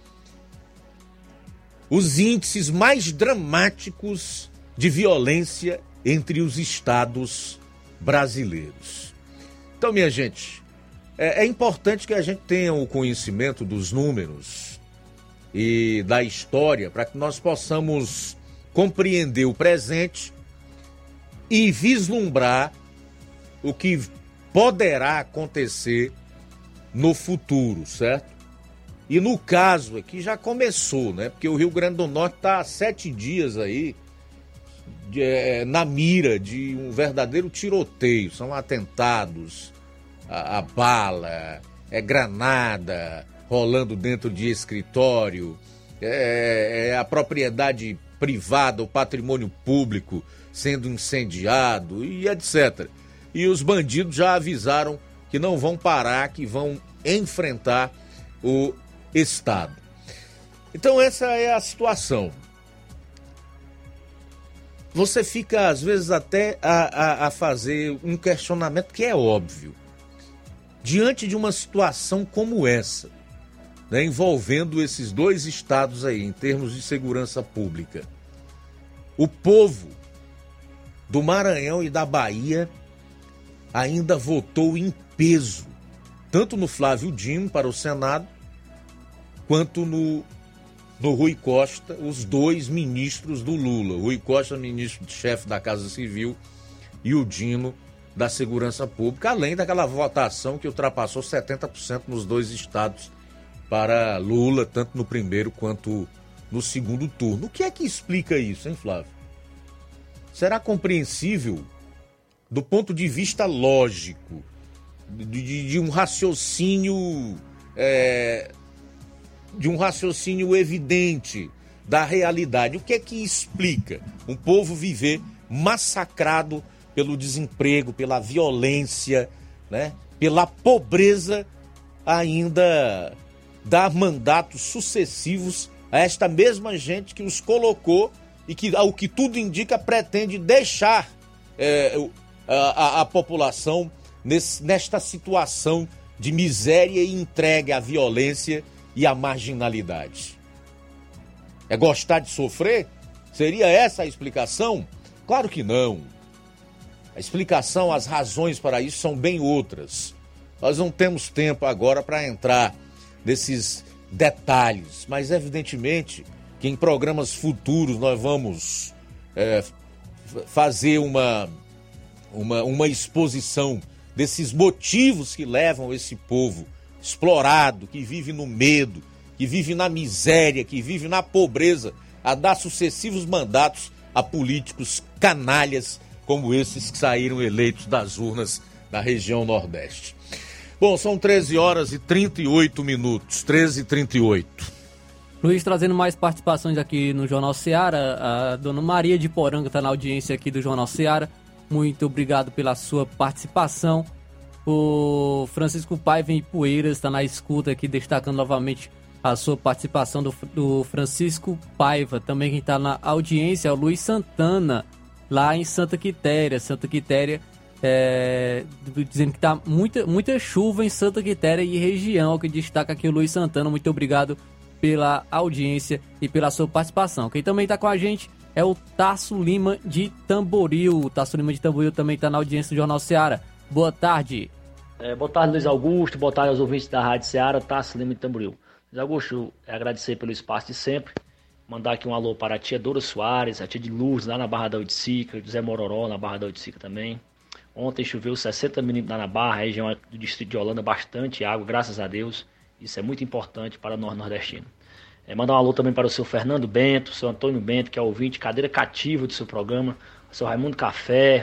os índices mais dramáticos de violência entre os estados brasileiros. Então, minha gente, é importante que a gente tenha o conhecimento dos números e da história para que nós possamos compreender o presente e vislumbrar o que poderá acontecer no futuro, certo? E no caso aqui já começou, né? Porque o Rio Grande do Norte está há 7 dias aí na mira de um verdadeiro tiroteio. São atentados, a bala, granada rolando dentro de escritório, a propriedade privada, o patrimônio público sendo incendiado e etc. E os bandidos já avisaram que não vão parar, que vão enfrentar o Estado. Então essa é a situação. Você fica às vezes até a fazer um questionamento que é óbvio. Diante de uma situação como essa, né, envolvendo esses 2 estados aí em termos de segurança pública, o povo do Maranhão e da Bahia ainda votou em peso, tanto no Flávio Dino para o Senado, quanto no Rui Costa, os 2 ministros do Lula. O Rui Costa, ministro-chefe da Casa Civil, e o Dino, da Segurança Pública, além daquela votação que ultrapassou 70% nos 2 estados para Lula, tanto no primeiro quanto no segundo turno. O que é que explica isso, hein, Flávio? Será compreensível, do ponto de vista lógico, de um raciocínio... de um raciocínio evidente da realidade. O que é que explica um povo viver massacrado pelo desemprego, pela violência, né? Pela pobreza, ainda dar mandatos sucessivos a esta mesma gente que os colocou e que, ao que tudo indica, pretende deixar a população nesta situação de miséria e entregue à violência e à marginalidade. É gostar de sofrer? Seria essa a explicação? Claro que não. A explicação, as razões para isso são bem outras. Nós não temos tempo agora para entrar nesses detalhes, mas evidentemente que em programas futuros nós vamos fazer uma exposição desses motivos que levam esse povo explorado, que vive no medo, que vive na miséria, que vive na pobreza, a dar sucessivos mandatos a políticos canalhas como esses que saíram eleitos das urnas da região Nordeste. Bom, são 13h38, 13h38. Luiz, trazendo mais participações aqui no Jornal Seara, a dona Maria de Poranga está na audiência aqui do Jornal Seara. Muito obrigado pela sua participação. O Francisco Paiva em Poeiras está na escuta aqui, destacando novamente a sua participação do Francisco Paiva. Também quem está na audiência é o Luiz Santana, lá em Santa Quitéria. Santa Quitéria, dizendo que está muita chuva em Santa Quitéria e região, que destaca aqui o Luiz Santana. Muito obrigado pela audiência e pela sua participação. Quem também está com a gente é o Tasso Lima de Tamboril. O Tasso Lima de Tamboril também está na audiência do Jornal Seara. Boa tarde. Boa tarde, Luiz Augusto. Boa tarde aos ouvintes da Rádio Seara. Tasso Lima de Tamboril. Luiz Augusto, agradecer pelo espaço de sempre. Mandar aqui um alô para a tia Dora Soares, a tia de Lourdes, lá na Barra da Oiticica, José Mororó, na Barra da Oiticica também. Ontem choveu 60 milímetros lá na Barra, região do distrito de Holanda, bastante água, graças a Deus. Isso é muito importante para nós nordestinos. Mandar um alô também para o seu Fernando Bento, o seu Antônio Bento, que é ouvinte, cadeira cativa do seu programa, o seu Raimundo Café,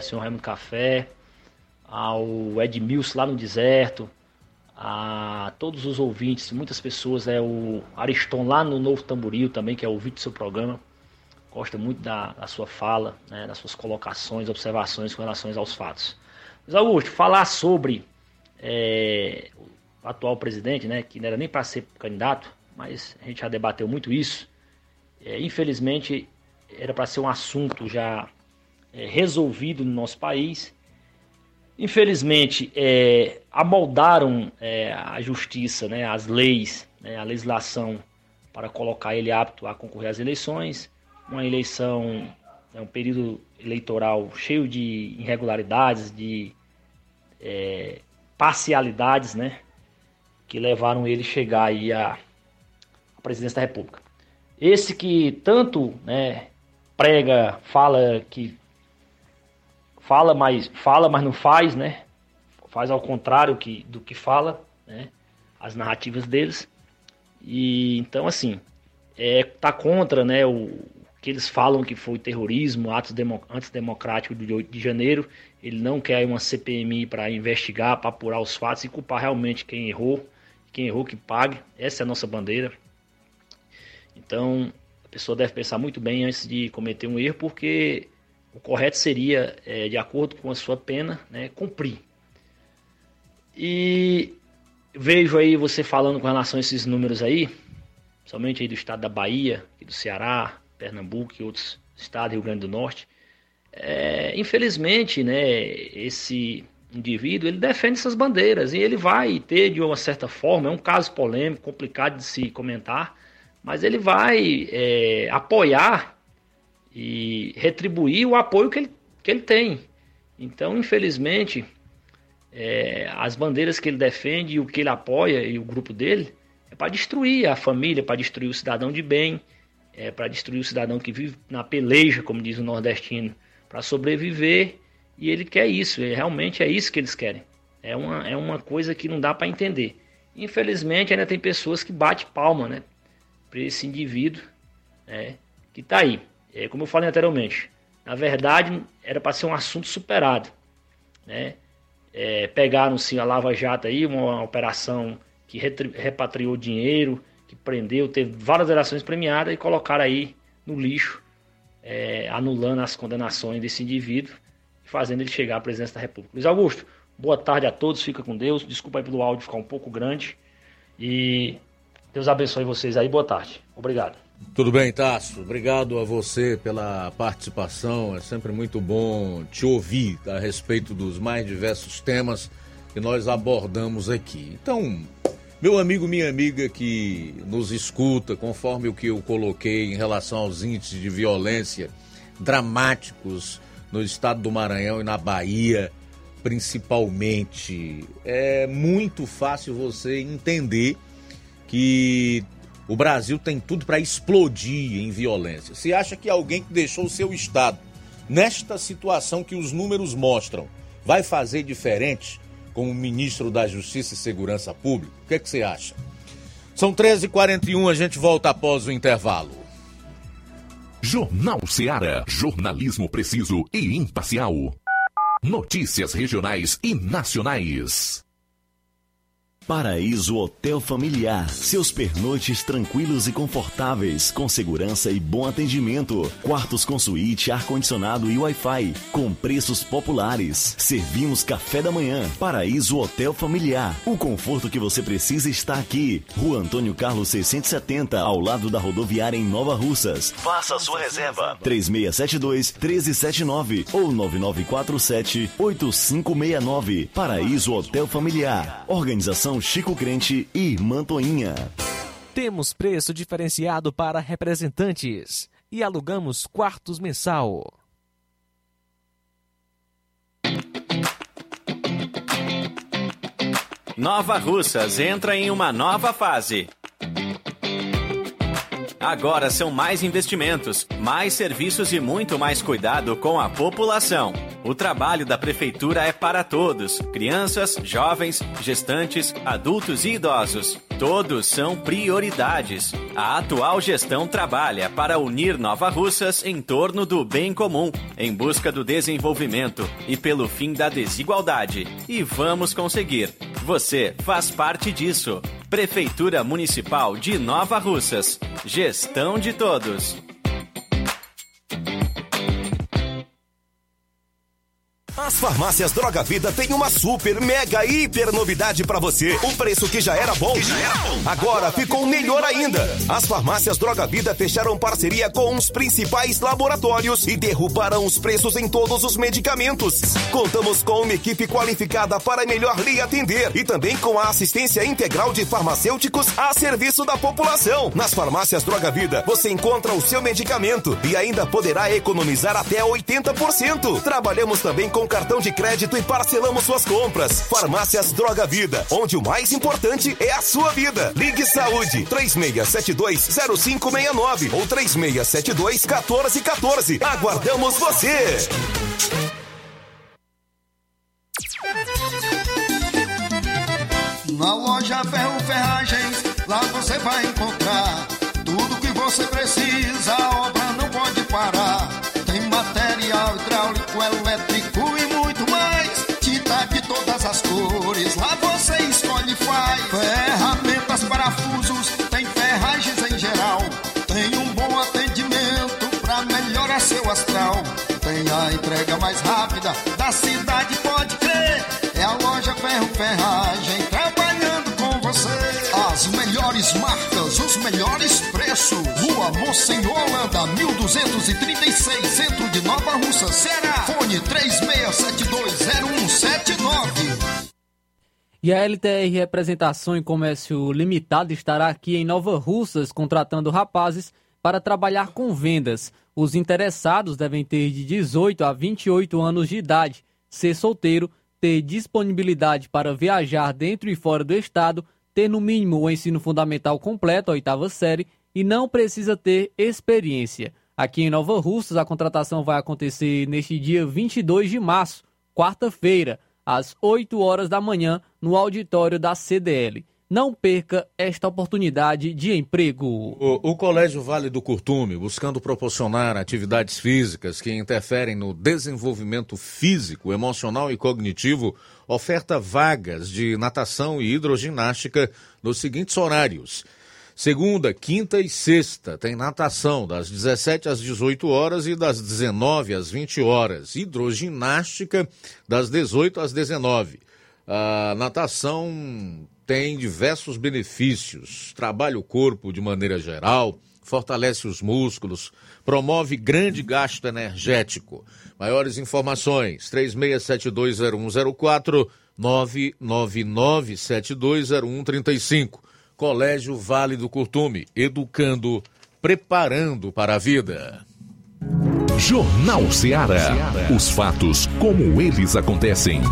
ao Edmilson lá no deserto, a todos os ouvintes, muitas pessoas, o Ariston lá no Novo Tamboril também, que é ouvinte do seu programa, gosta muito da sua fala, né, das suas colocações, observações com relação aos fatos. Mas Augusto, falar sobre o atual presidente, né, que não era nem para ser candidato, mas a gente já debateu muito isso, infelizmente era para ser um assunto já resolvido no nosso país. Infelizmente, amoldaram a justiça, né, as leis, né, a legislação para colocar ele apto a concorrer às eleições. Uma eleição, um período eleitoral cheio de irregularidades, de parcialidades, né, que levaram ele a chegar aí à presidência da República. Esse que tanto, né, prega, fala, mas não faz, né? Faz ao contrário do que fala, né? As narrativas deles. E então, assim, tá contra, né, o que eles falam que foi terrorismo, atos antidemocráticos de 8 de janeiro. Ele não quer uma CPMI para investigar, para apurar os fatos e culpar realmente quem errou que pague. Essa é a nossa bandeira. Então, a pessoa deve pensar muito bem antes de cometer um erro, porque o correto seria, de acordo com a sua pena, né, cumprir. E vejo aí você falando com relação a esses números aí, somente aí do estado da Bahia, do Ceará, Pernambuco e outros estados, Rio Grande do Norte. Infelizmente, né, esse indivíduo, ele defende essas bandeiras e ele vai ter, de uma certa forma, é um caso polêmico, complicado de se comentar, mas ele vai apoiar e retribuir o apoio que ele tem. Então, infelizmente, as bandeiras que ele defende e o que ele apoia e o grupo dele é para destruir a família, para destruir o cidadão de bem, para destruir o cidadão que vive na peleja, como diz o nordestino, para sobreviver, e ele quer isso, realmente é isso que eles querem. É uma coisa que não dá para entender. Infelizmente, ainda tem pessoas que batem palma, né, para esse indivíduo, que está aí. Como eu falei anteriormente, na verdade era para ser um assunto superado, né? Pegaram-se a Lava Jato aí, uma operação que repatriou dinheiro, que prendeu, teve várias delações premiadas e colocaram aí no lixo, anulando as condenações desse indivíduo e fazendo ele chegar à presidência da República. Luiz Augusto, boa tarde a todos, fica com Deus, desculpa aí pelo áudio ficar um pouco grande e Deus abençoe vocês aí, boa tarde, obrigado. Tudo bem, Tasso. Obrigado a você pela participação. É sempre muito bom te ouvir a respeito dos mais diversos temas que nós abordamos aqui. Então, meu amigo, minha amiga que nos escuta, conforme o que eu coloquei em relação aos índices de violência dramáticos no estado do Maranhão e na Bahia, principalmente, é muito fácil você entender que o Brasil tem tudo para explodir em violência. Você acha que alguém que deixou o seu estado nesta situação que os números mostram vai fazer diferente como ministro da Justiça e Segurança Pública? O que é que você acha? São 13h41, a gente volta após o intervalo. Jornal Ceará, jornalismo preciso e imparcial. Notícias regionais e nacionais. Paraíso Hotel Familiar. Seus pernoites tranquilos e confortáveis, com segurança e bom atendimento. Quartos com suíte, ar-condicionado e Wi-Fi, com preços populares. Servimos café da manhã. Paraíso Hotel Familiar. O conforto que você precisa está aqui. Rua Antônio Carlos 670, ao lado da rodoviária em Nova Russas. Faça a sua reserva. 3672-1379 ou 9947-8569. Paraíso Hotel Familiar. Organização Chico Crente e Mantoinha. Temos preço diferenciado para representantes e alugamos quartos mensal. Nova Russas entra em uma nova fase. Agora são mais investimentos, mais serviços e muito mais cuidado com a população. O trabalho da Prefeitura é para todos: crianças, jovens, gestantes, adultos e idosos. Todos são prioridades. A atual gestão trabalha para unir Nova Russas em torno do bem comum, em busca do desenvolvimento e pelo fim da desigualdade. E vamos conseguir. Você faz parte disso. Prefeitura Municipal de Nova Russas. Gestão de todos. As farmácias Droga Vida têm uma super, mega, hiper novidade pra você. O preço que já era bom, agora ficou melhor ainda. As farmácias Droga Vida fecharam parceria com os principais laboratórios e derrubaram os preços em todos os medicamentos. Contamos com uma equipe qualificada para melhor lhe atender e também com a assistência integral de farmacêuticos a serviço da população. Nas farmácias Droga Vida, você encontra o seu medicamento e ainda poderá economizar até 80%. Trabalhamos também com cartão de crédito e parcelamos suas compras. Farmácias Droga Vida, onde o mais importante é a sua vida. Ligue Saúde 3672-0569 ou 3672-1414. Aguardamos você! Na loja Ferro Ferragens, lá você vai encontrar tudo que você precisa, a obra não pode parar. Tem material hidráulico, elétrico e muito mais. Tinta de todas as cores, lá você escolhe e faz. Ferramentas, parafusos, tem ferragens em geral. Tem um bom atendimento pra melhorar seu astral. Tem a entrega mais rápida da cidade, pode crer. É a loja Ferro Ferragem trabalhando com você. As melhores marcas, os melhores preços. Rua Monsenhor Holanda, 1236, centro de Nova Russa, Ceará. Fone 36720179. E a LTR Representação em Comércio Limitado estará aqui em Nova Russas contratando rapazes para trabalhar com vendas. Os interessados devem ter de 18 a 28 anos de idade, ser solteiro, ter disponibilidade para viajar dentro e fora do estado, ter no mínimo o ensino fundamental completo, a 8ª série, e não precisa ter experiência. Aqui em Nova Russas, a contratação vai acontecer neste dia 22 de março, quarta-feira, às 8 horas da manhã, no auditório da CDL. Não perca esta oportunidade de emprego. O Colégio Vale do Curtume, buscando proporcionar atividades físicas que interferem no desenvolvimento físico, emocional e cognitivo, oferta vagas de natação e hidroginástica nos seguintes horários. Segunda, quinta e sexta tem natação das 17 às 18 horas e das 19 às 20 horas. Hidroginástica das 18 às 19. A natação tem diversos benefícios, trabalha o corpo de maneira geral, fortalece os músculos, promove grande gasto energético. Maiores informações, 36720104, 999720135. Colégio Vale do Curtume, educando, preparando para a vida. Jornal Ceará. Os fatos como eles acontecem.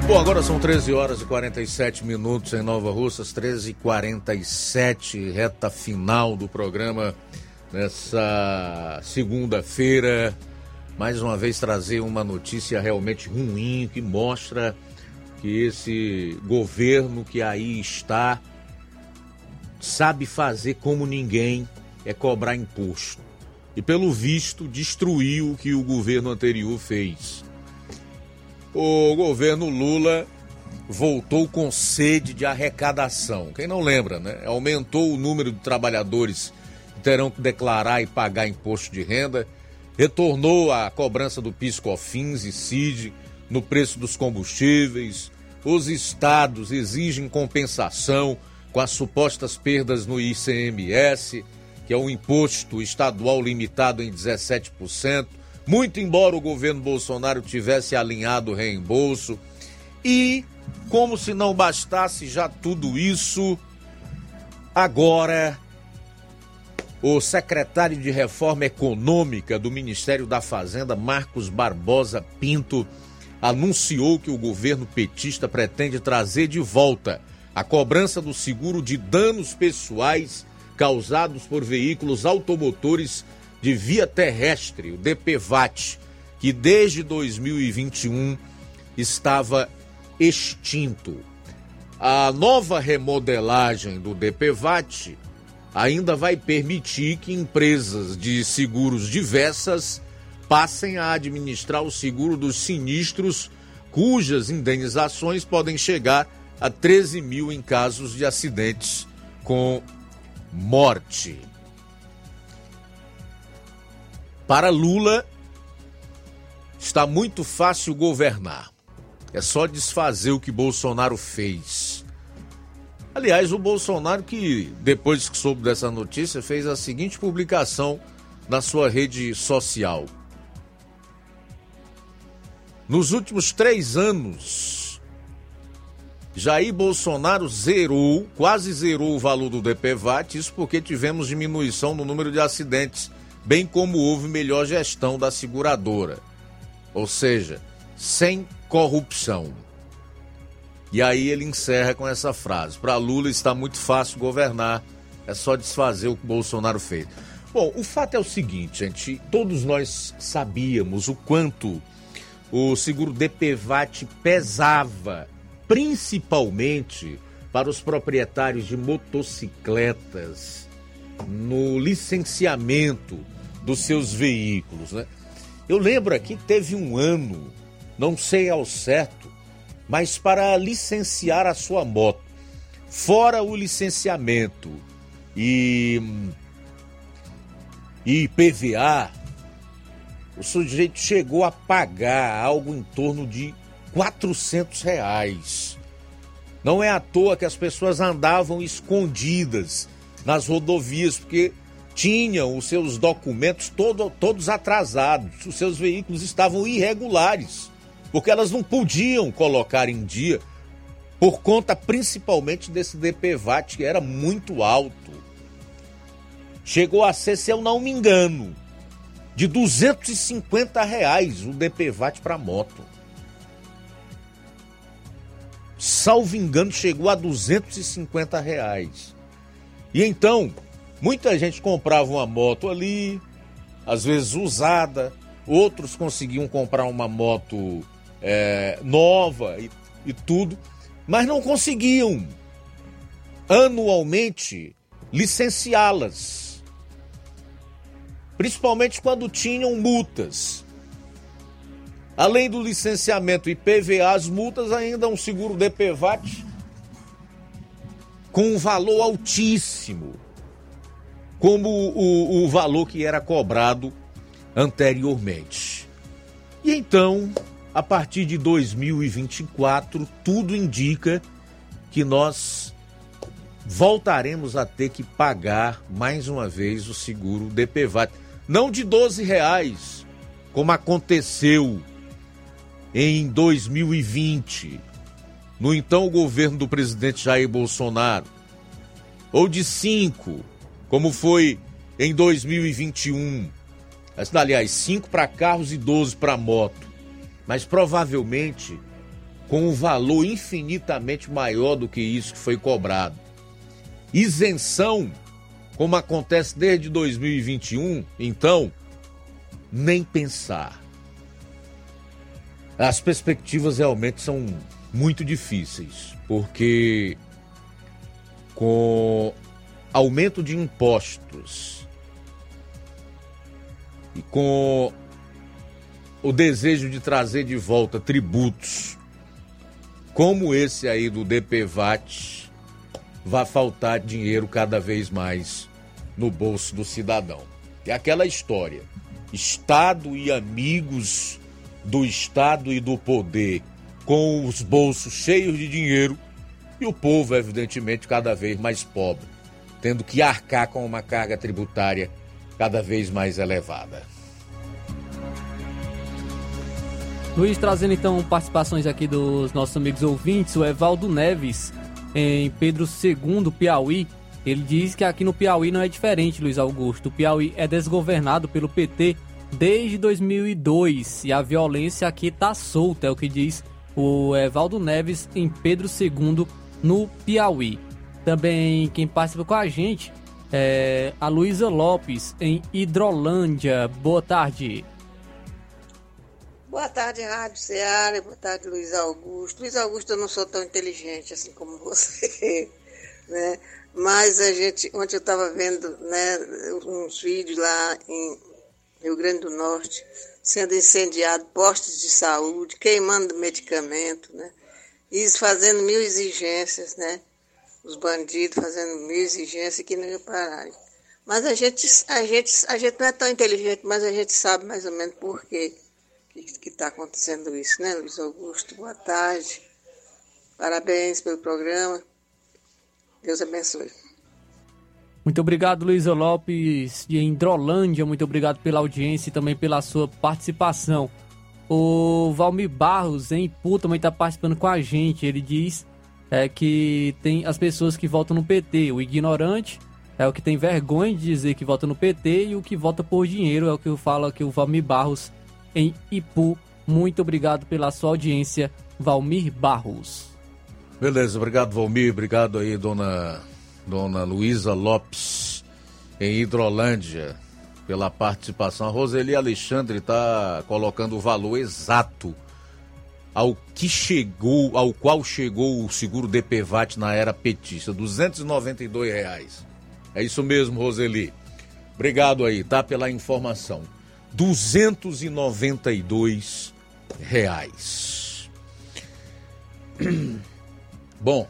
Bom, agora são 13 horas e 47 minutos em Nova Russas, 13h47, reta final do programa nessa segunda-feira. Mais uma vez trazer uma notícia realmente ruim que mostra que esse governo que aí está sabe fazer como ninguém, é cobrar imposto. E pelo visto destruiu o que o governo anterior fez. O governo Lula voltou com sede de arrecadação. Quem não lembra, né? Aumentou o número de trabalhadores que terão que declarar e pagar imposto de renda, retornou a cobrança do PIS/COFINS e CID no preço dos combustíveis. Os estados exigem compensação com as supostas perdas no ICMS, que é um imposto estadual limitado em 17%. Muito embora o governo Bolsonaro tivesse alinhado o reembolso. E, como se não bastasse já tudo isso, agora o secretário de Reforma Econômica do Ministério da Fazenda, Marcos Barbosa Pinto, anunciou que o governo petista pretende trazer de volta a cobrança do seguro de danos pessoais causados por veículos automotores de via terrestre, o DPVAT, que desde 2021 estava extinto. A nova remodelagem do DPVAT ainda vai permitir que empresas de seguros diversas passem a administrar o seguro dos sinistros, cujas indenizações podem chegar a 13 mil em casos de acidentes com morte. Para Lula, está muito fácil governar. É só desfazer o que Bolsonaro fez. Aliás, o Bolsonaro, que depois que soube dessa notícia, fez a seguinte publicação na sua rede social. Nos últimos 3 anos, Jair Bolsonaro quase zerou o valor do DPVAT, isso porque tivemos diminuição no número de acidentes, bem como houve melhor gestão da seguradora, ou seja, sem corrupção. E aí ele encerra com essa frase: para Lula está muito fácil governar, é só desfazer o que Bolsonaro fez. Bom, o fato é o seguinte, gente, todos nós sabíamos o quanto o seguro DPVAT pesava, principalmente para os proprietários de motocicletas, no licenciamento dos seus veículos, né? Eu lembro aqui que teve um ano, não sei ao certo, mas para licenciar a sua moto, fora o licenciamento e IPVA, o sujeito chegou a pagar algo em torno de R$400. Não é à toa que as pessoas andavam escondidas nas rodovias, porque tinham os seus documentos todos atrasados, os seus veículos estavam irregulares, porque elas não podiam colocar em dia, por conta principalmente desse DPVAT, que era muito alto. Chegou a ser, se eu não me engano, de R$250 o DPVAT para moto. Salvo engano, chegou a R$250. E então, muita gente comprava uma moto ali, às vezes usada, outros conseguiam comprar uma moto nova e tudo, mas não conseguiam anualmente licenciá-las, principalmente quando tinham multas. Além do licenciamento IPVA, as multas, ainda um seguro DPVAT com um valor altíssimo, como o valor que era cobrado anteriormente. E então, a partir de 2024, tudo indica que nós voltaremos a ter que pagar mais uma vez o seguro DPVAT. Não de R$12, como aconteceu em 2020, no então governo do presidente Jair Bolsonaro, ou de 5, como foi em 2021. Aliás, 5 para carros e 12 para moto. Mas provavelmente com um valor infinitamente maior do que isso que foi cobrado. Isenção, como acontece desde 2021, então, nem pensar. As perspectivas realmente são muito difíceis, porque com aumento de impostos e com o desejo de trazer de volta tributos como esse aí do DPVAT, vai faltar dinheiro cada vez mais no bolso do cidadão. É aquela história, Estado e amigos do Estado e do poder com os bolsos cheios de dinheiro e o povo, evidentemente, cada vez mais pobre, tendo que arcar com uma carga tributária cada vez mais elevada. Luiz, trazendo então participações aqui dos nossos amigos ouvintes, o Evaldo Neves, em Pedro II, Piauí, ele diz que aqui no Piauí não é diferente, Luiz Augusto. O Piauí é desgovernado pelo PT desde 2002 e a violência aqui tá solta, é o que diz o Evaldo Neves em Pedro II, no Piauí. Também quem participa com a gente é a Luísa Lopes, em Hidrolândia. Boa tarde. Boa tarde, Rádio Ceará. Boa tarde, Luiz Augusto. Luiz Augusto, eu não sou tão inteligente assim como você, né? Mas ontem eu estava vendo, né, uns vídeos lá em Rio Grande do Norte, sendo incendiado postos de saúde, queimando medicamento, né? Isso fazendo 1000 exigências, né? Os bandidos fazendo 1000 exigências que não iam parar. Mas a gente não é tão inteligente, mas a gente sabe mais ou menos por quê que está acontecendo isso, né, Luiz Augusto? Boa tarde. Parabéns pelo programa. Deus abençoe. Muito obrigado, Luísa Lopes, de Hidrolândia. Muito obrigado pela audiência e também pela sua participação. O Valmir Barros, em Ipu, também está participando com a gente. Ele diz que tem as pessoas que votam no PT. O ignorante é o que tem vergonha de dizer que vota no PT e o que vota por dinheiro é o que eu falo aqui, o Valmir Barros, em Ipu. Muito obrigado pela sua audiência, Valmir Barros. Beleza, obrigado, Valmir. Obrigado aí, dona Luísa Lopes, em Hidrolândia, pela participação. A Roseli Alexandre está colocando o valor exato ao qual chegou o seguro DPVAT na era petista, R$ 292. É isso mesmo, Roseli. Obrigado aí, tá, pela informação. R$ 292. Bom,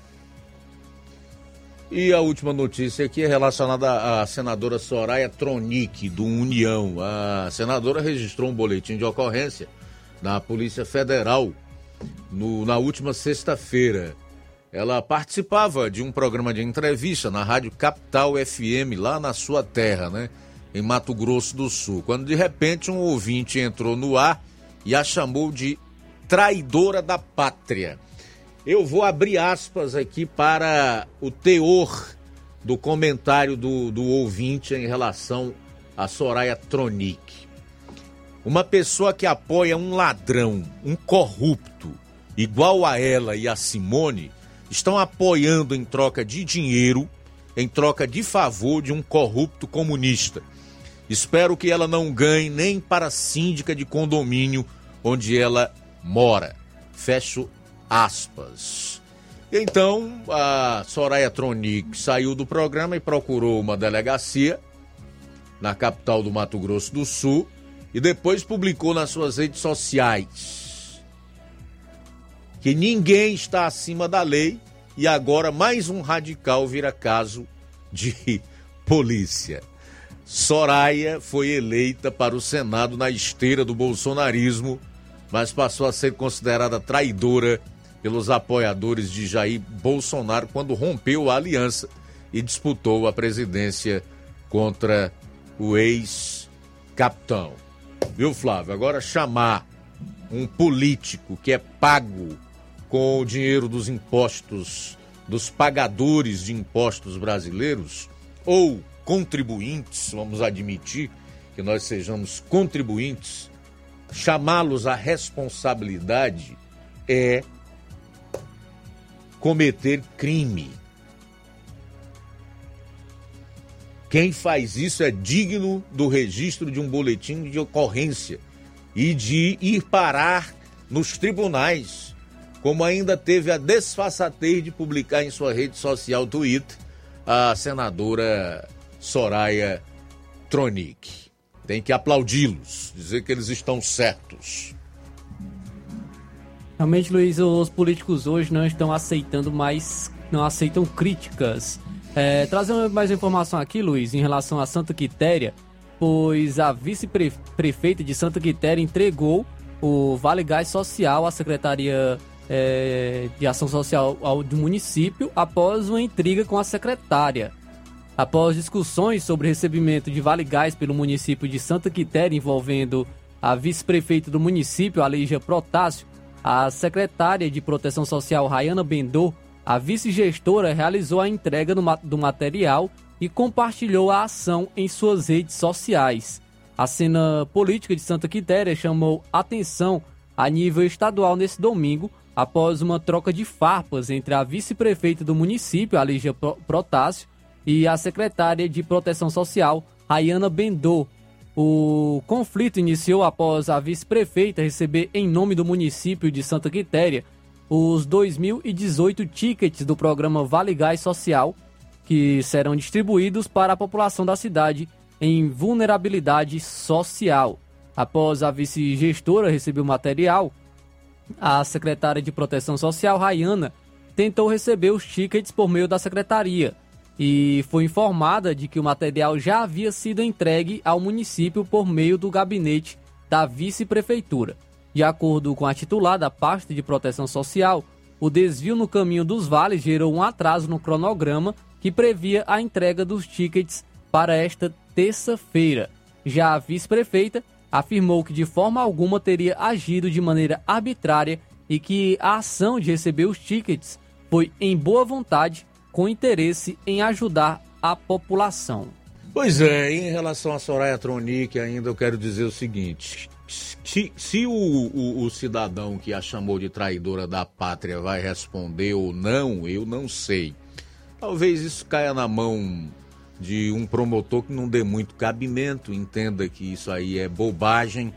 e a última notícia aqui é relacionada à senadora Soraya Tronic, do União. A senadora registrou um boletim de ocorrência na Polícia Federal na última sexta-feira. Ela participava de um programa de entrevista na Rádio Capital FM, lá na sua terra, né, em Mato Grosso do Sul, quando de repente um ouvinte entrou no ar e a chamou de traidora da pátria. Eu vou abrir aspas aqui para o teor do comentário do ouvinte em relação a Soraya Tronic. Uma pessoa que apoia um ladrão, um corrupto, igual a ela e a Simone, estão apoiando em troca de dinheiro, em troca de favor de um corrupto comunista. Espero que ela não ganhe nem para a síndica de condomínio onde ela mora. Fecho aspas. Então, a Soraya Tronic saiu do programa e procurou uma delegacia na capital do Mato Grosso do Sul e depois publicou nas suas redes sociais que ninguém está acima da lei e agora mais um radical vira caso de polícia. Soraya foi eleita para o Senado na esteira do bolsonarismo, mas passou a ser considerada traidora pelos apoiadores de Jair Bolsonaro quando rompeu a aliança e disputou a presidência contra o ex-capitão. Viu, Flávio? Agora chamar um político que é pago com o dinheiro dos impostos, dos pagadores de impostos brasileiros, ou contribuintes, vamos admitir que nós sejamos contribuintes, chamá-los à responsabilidade é cometer crime. Quem faz isso é digno do registro de um boletim de ocorrência e de ir parar nos tribunais, como ainda teve a desfaçatez de publicar em sua rede social Twitter a senadora Soraya Tronic. Tem que aplaudi-los, dizer que eles estão certos. Realmente, Luiz, os políticos hoje não estão aceitando mais, não aceitam críticas. Trazendo mais informação aqui, Luiz, em relação a Santa Quitéria, pois a vice-prefeita de Santa Quitéria entregou o Vale Gás Social à Secretaria de Ação Social do município após uma intriga com a secretária. Após discussões sobre recebimento de Vale Gás pelo município de Santa Quitéria envolvendo a vice-prefeita do município, Alígia Protásio, a secretária de Proteção Social, Rayana Bendô, a vice-gestora realizou a entrega do material e compartilhou a ação em suas redes sociais. A cena política de Santa Quitéria chamou atenção a nível estadual nesse domingo, após uma troca de farpas entre a vice-prefeita do município, Alígia Protásio, e a secretária de Proteção Social, Rayana Bendô. O conflito iniciou após a vice-prefeita receber, em nome do município de Santa Quitéria, os 2018 tickets do programa Vale Gás Social, que serão distribuídos para a população da cidade em vulnerabilidade social. Após a vice-gestora receber o material, a secretária de Proteção Social, Rayana, tentou receber os tickets por meio da secretaria e foi informada de que o material já havia sido entregue ao município por meio do gabinete da vice-prefeitura. De acordo com a titular da pasta de Proteção Social, o desvio no caminho dos vales gerou um atraso no cronograma que previa a entrega dos tickets para esta terça-feira. Já a vice-prefeita afirmou que de forma alguma teria agido de maneira arbitrária e que a ação de receber os tickets foi em boa vontade, com interesse em ajudar a população. Pois é, em relação a Soraya Tronic, ainda eu quero dizer o seguinte: se o cidadão que a chamou de traidora da pátria vai responder ou não, eu não sei. Talvez isso caia na mão de um promotor que não dê muito cabimento, entenda que isso aí é bobagem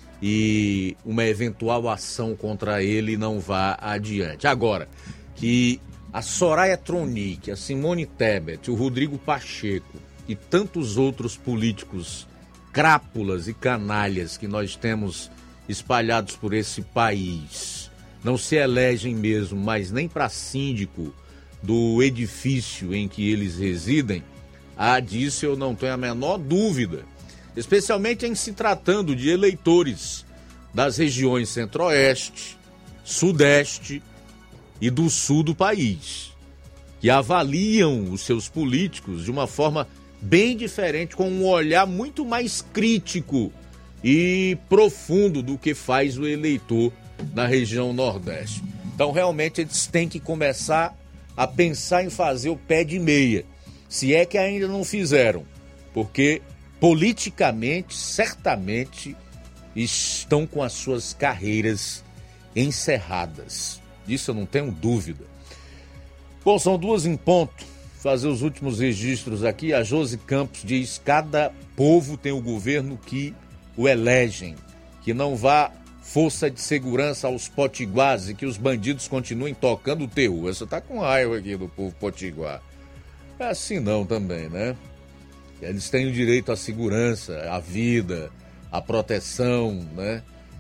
e uma eventual ação contra ele não vá adiante. Agora, que a Soraya Tronic, a Simone Tebet, o Rodrigo Pacheco e tantos outros políticos crápulas e canalhas que nós temos espalhados por esse país não se elegem mesmo, mas nem para síndico do edifício em que eles residem, disso eu não tenho a menor dúvida, especialmente em se tratando de eleitores das regiões Centro-Oeste, Sudeste e do Sul do país, que avaliam os seus políticos de uma forma bem diferente, com um olhar muito mais crítico e profundo do que faz o eleitor na região Nordeste. Então, realmente, eles têm que começar a pensar em fazer o pé de meia, se é que ainda não fizeram, porque politicamente, certamente, estão com as suas carreiras encerradas. Disso eu não tenho dúvida. Bom, são 2 em ponto. Fazer os últimos registros aqui. A Josi Campos diz: cada povo tem o governo que o elegem, que não vá força de segurança aos potiguares e que os bandidos continuem tocando o terror. Você tá com raiva aqui do povo potiguar. É assim não também, né? Eles têm o direito à segurança, à vida, à proteção, né?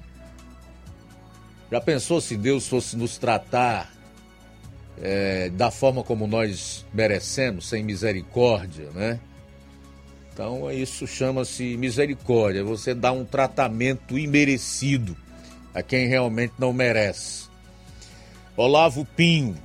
Já pensou se Deus fosse nos tratar da forma como nós merecemos, sem misericórdia, né? Então isso chama-se misericórdia, você dá um tratamento imerecido a quem realmente não merece. Olavo Pinho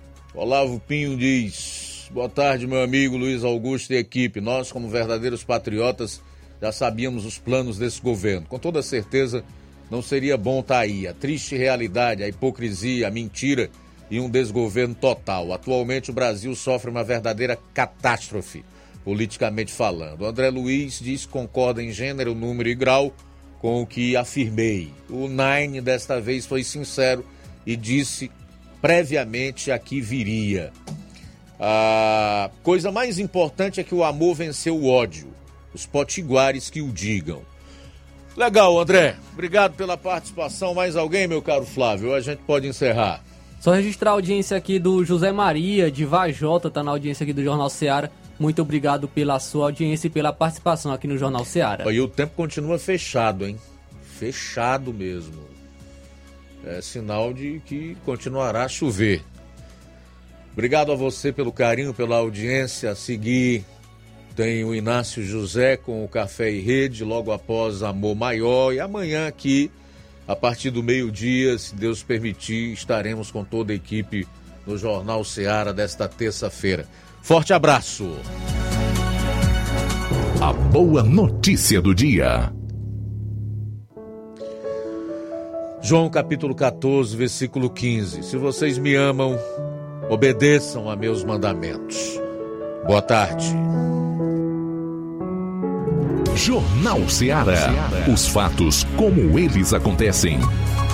diz: boa tarde, meu amigo Luiz Augusto e equipe. Nós, como verdadeiros patriotas, já sabíamos os planos desse governo. Com toda certeza não seria bom estar aí. A triste realidade, a hipocrisia, a mentira e um desgoverno total. Atualmente o Brasil sofre uma verdadeira catástrofe, politicamente falando. O André Luiz diz que concorda em gênero, número e grau com o que afirmei. O Nine desta vez foi sincero e disse previamente a que viria. A coisa mais importante é que o amor venceu o ódio. Os potiguares que o digam. Legal, André. Obrigado pela participação. Mais alguém, meu caro Flávio? A gente pode encerrar. Só registrar a audiência aqui do José Maria, de Vajota, tá na audiência aqui do Jornal Seara. Muito obrigado pela sua audiência e pela participação aqui no Jornal Seara. E o tempo continua fechado, hein? Fechado mesmo. É sinal de que continuará a chover. Obrigado a você pelo carinho, pela audiência. A seguir tem o Inácio José com o Café e Rede, logo após Amor Maior. E amanhã aqui, a partir do meio-dia, se Deus permitir, estaremos com toda a equipe no Jornal Seara desta terça-feira. Forte abraço. A boa notícia do dia. João capítulo 14, versículo 15. Se vocês me amam, obedeçam a meus mandamentos. Boa tarde. Jornal Seara. Os fatos como eles acontecem.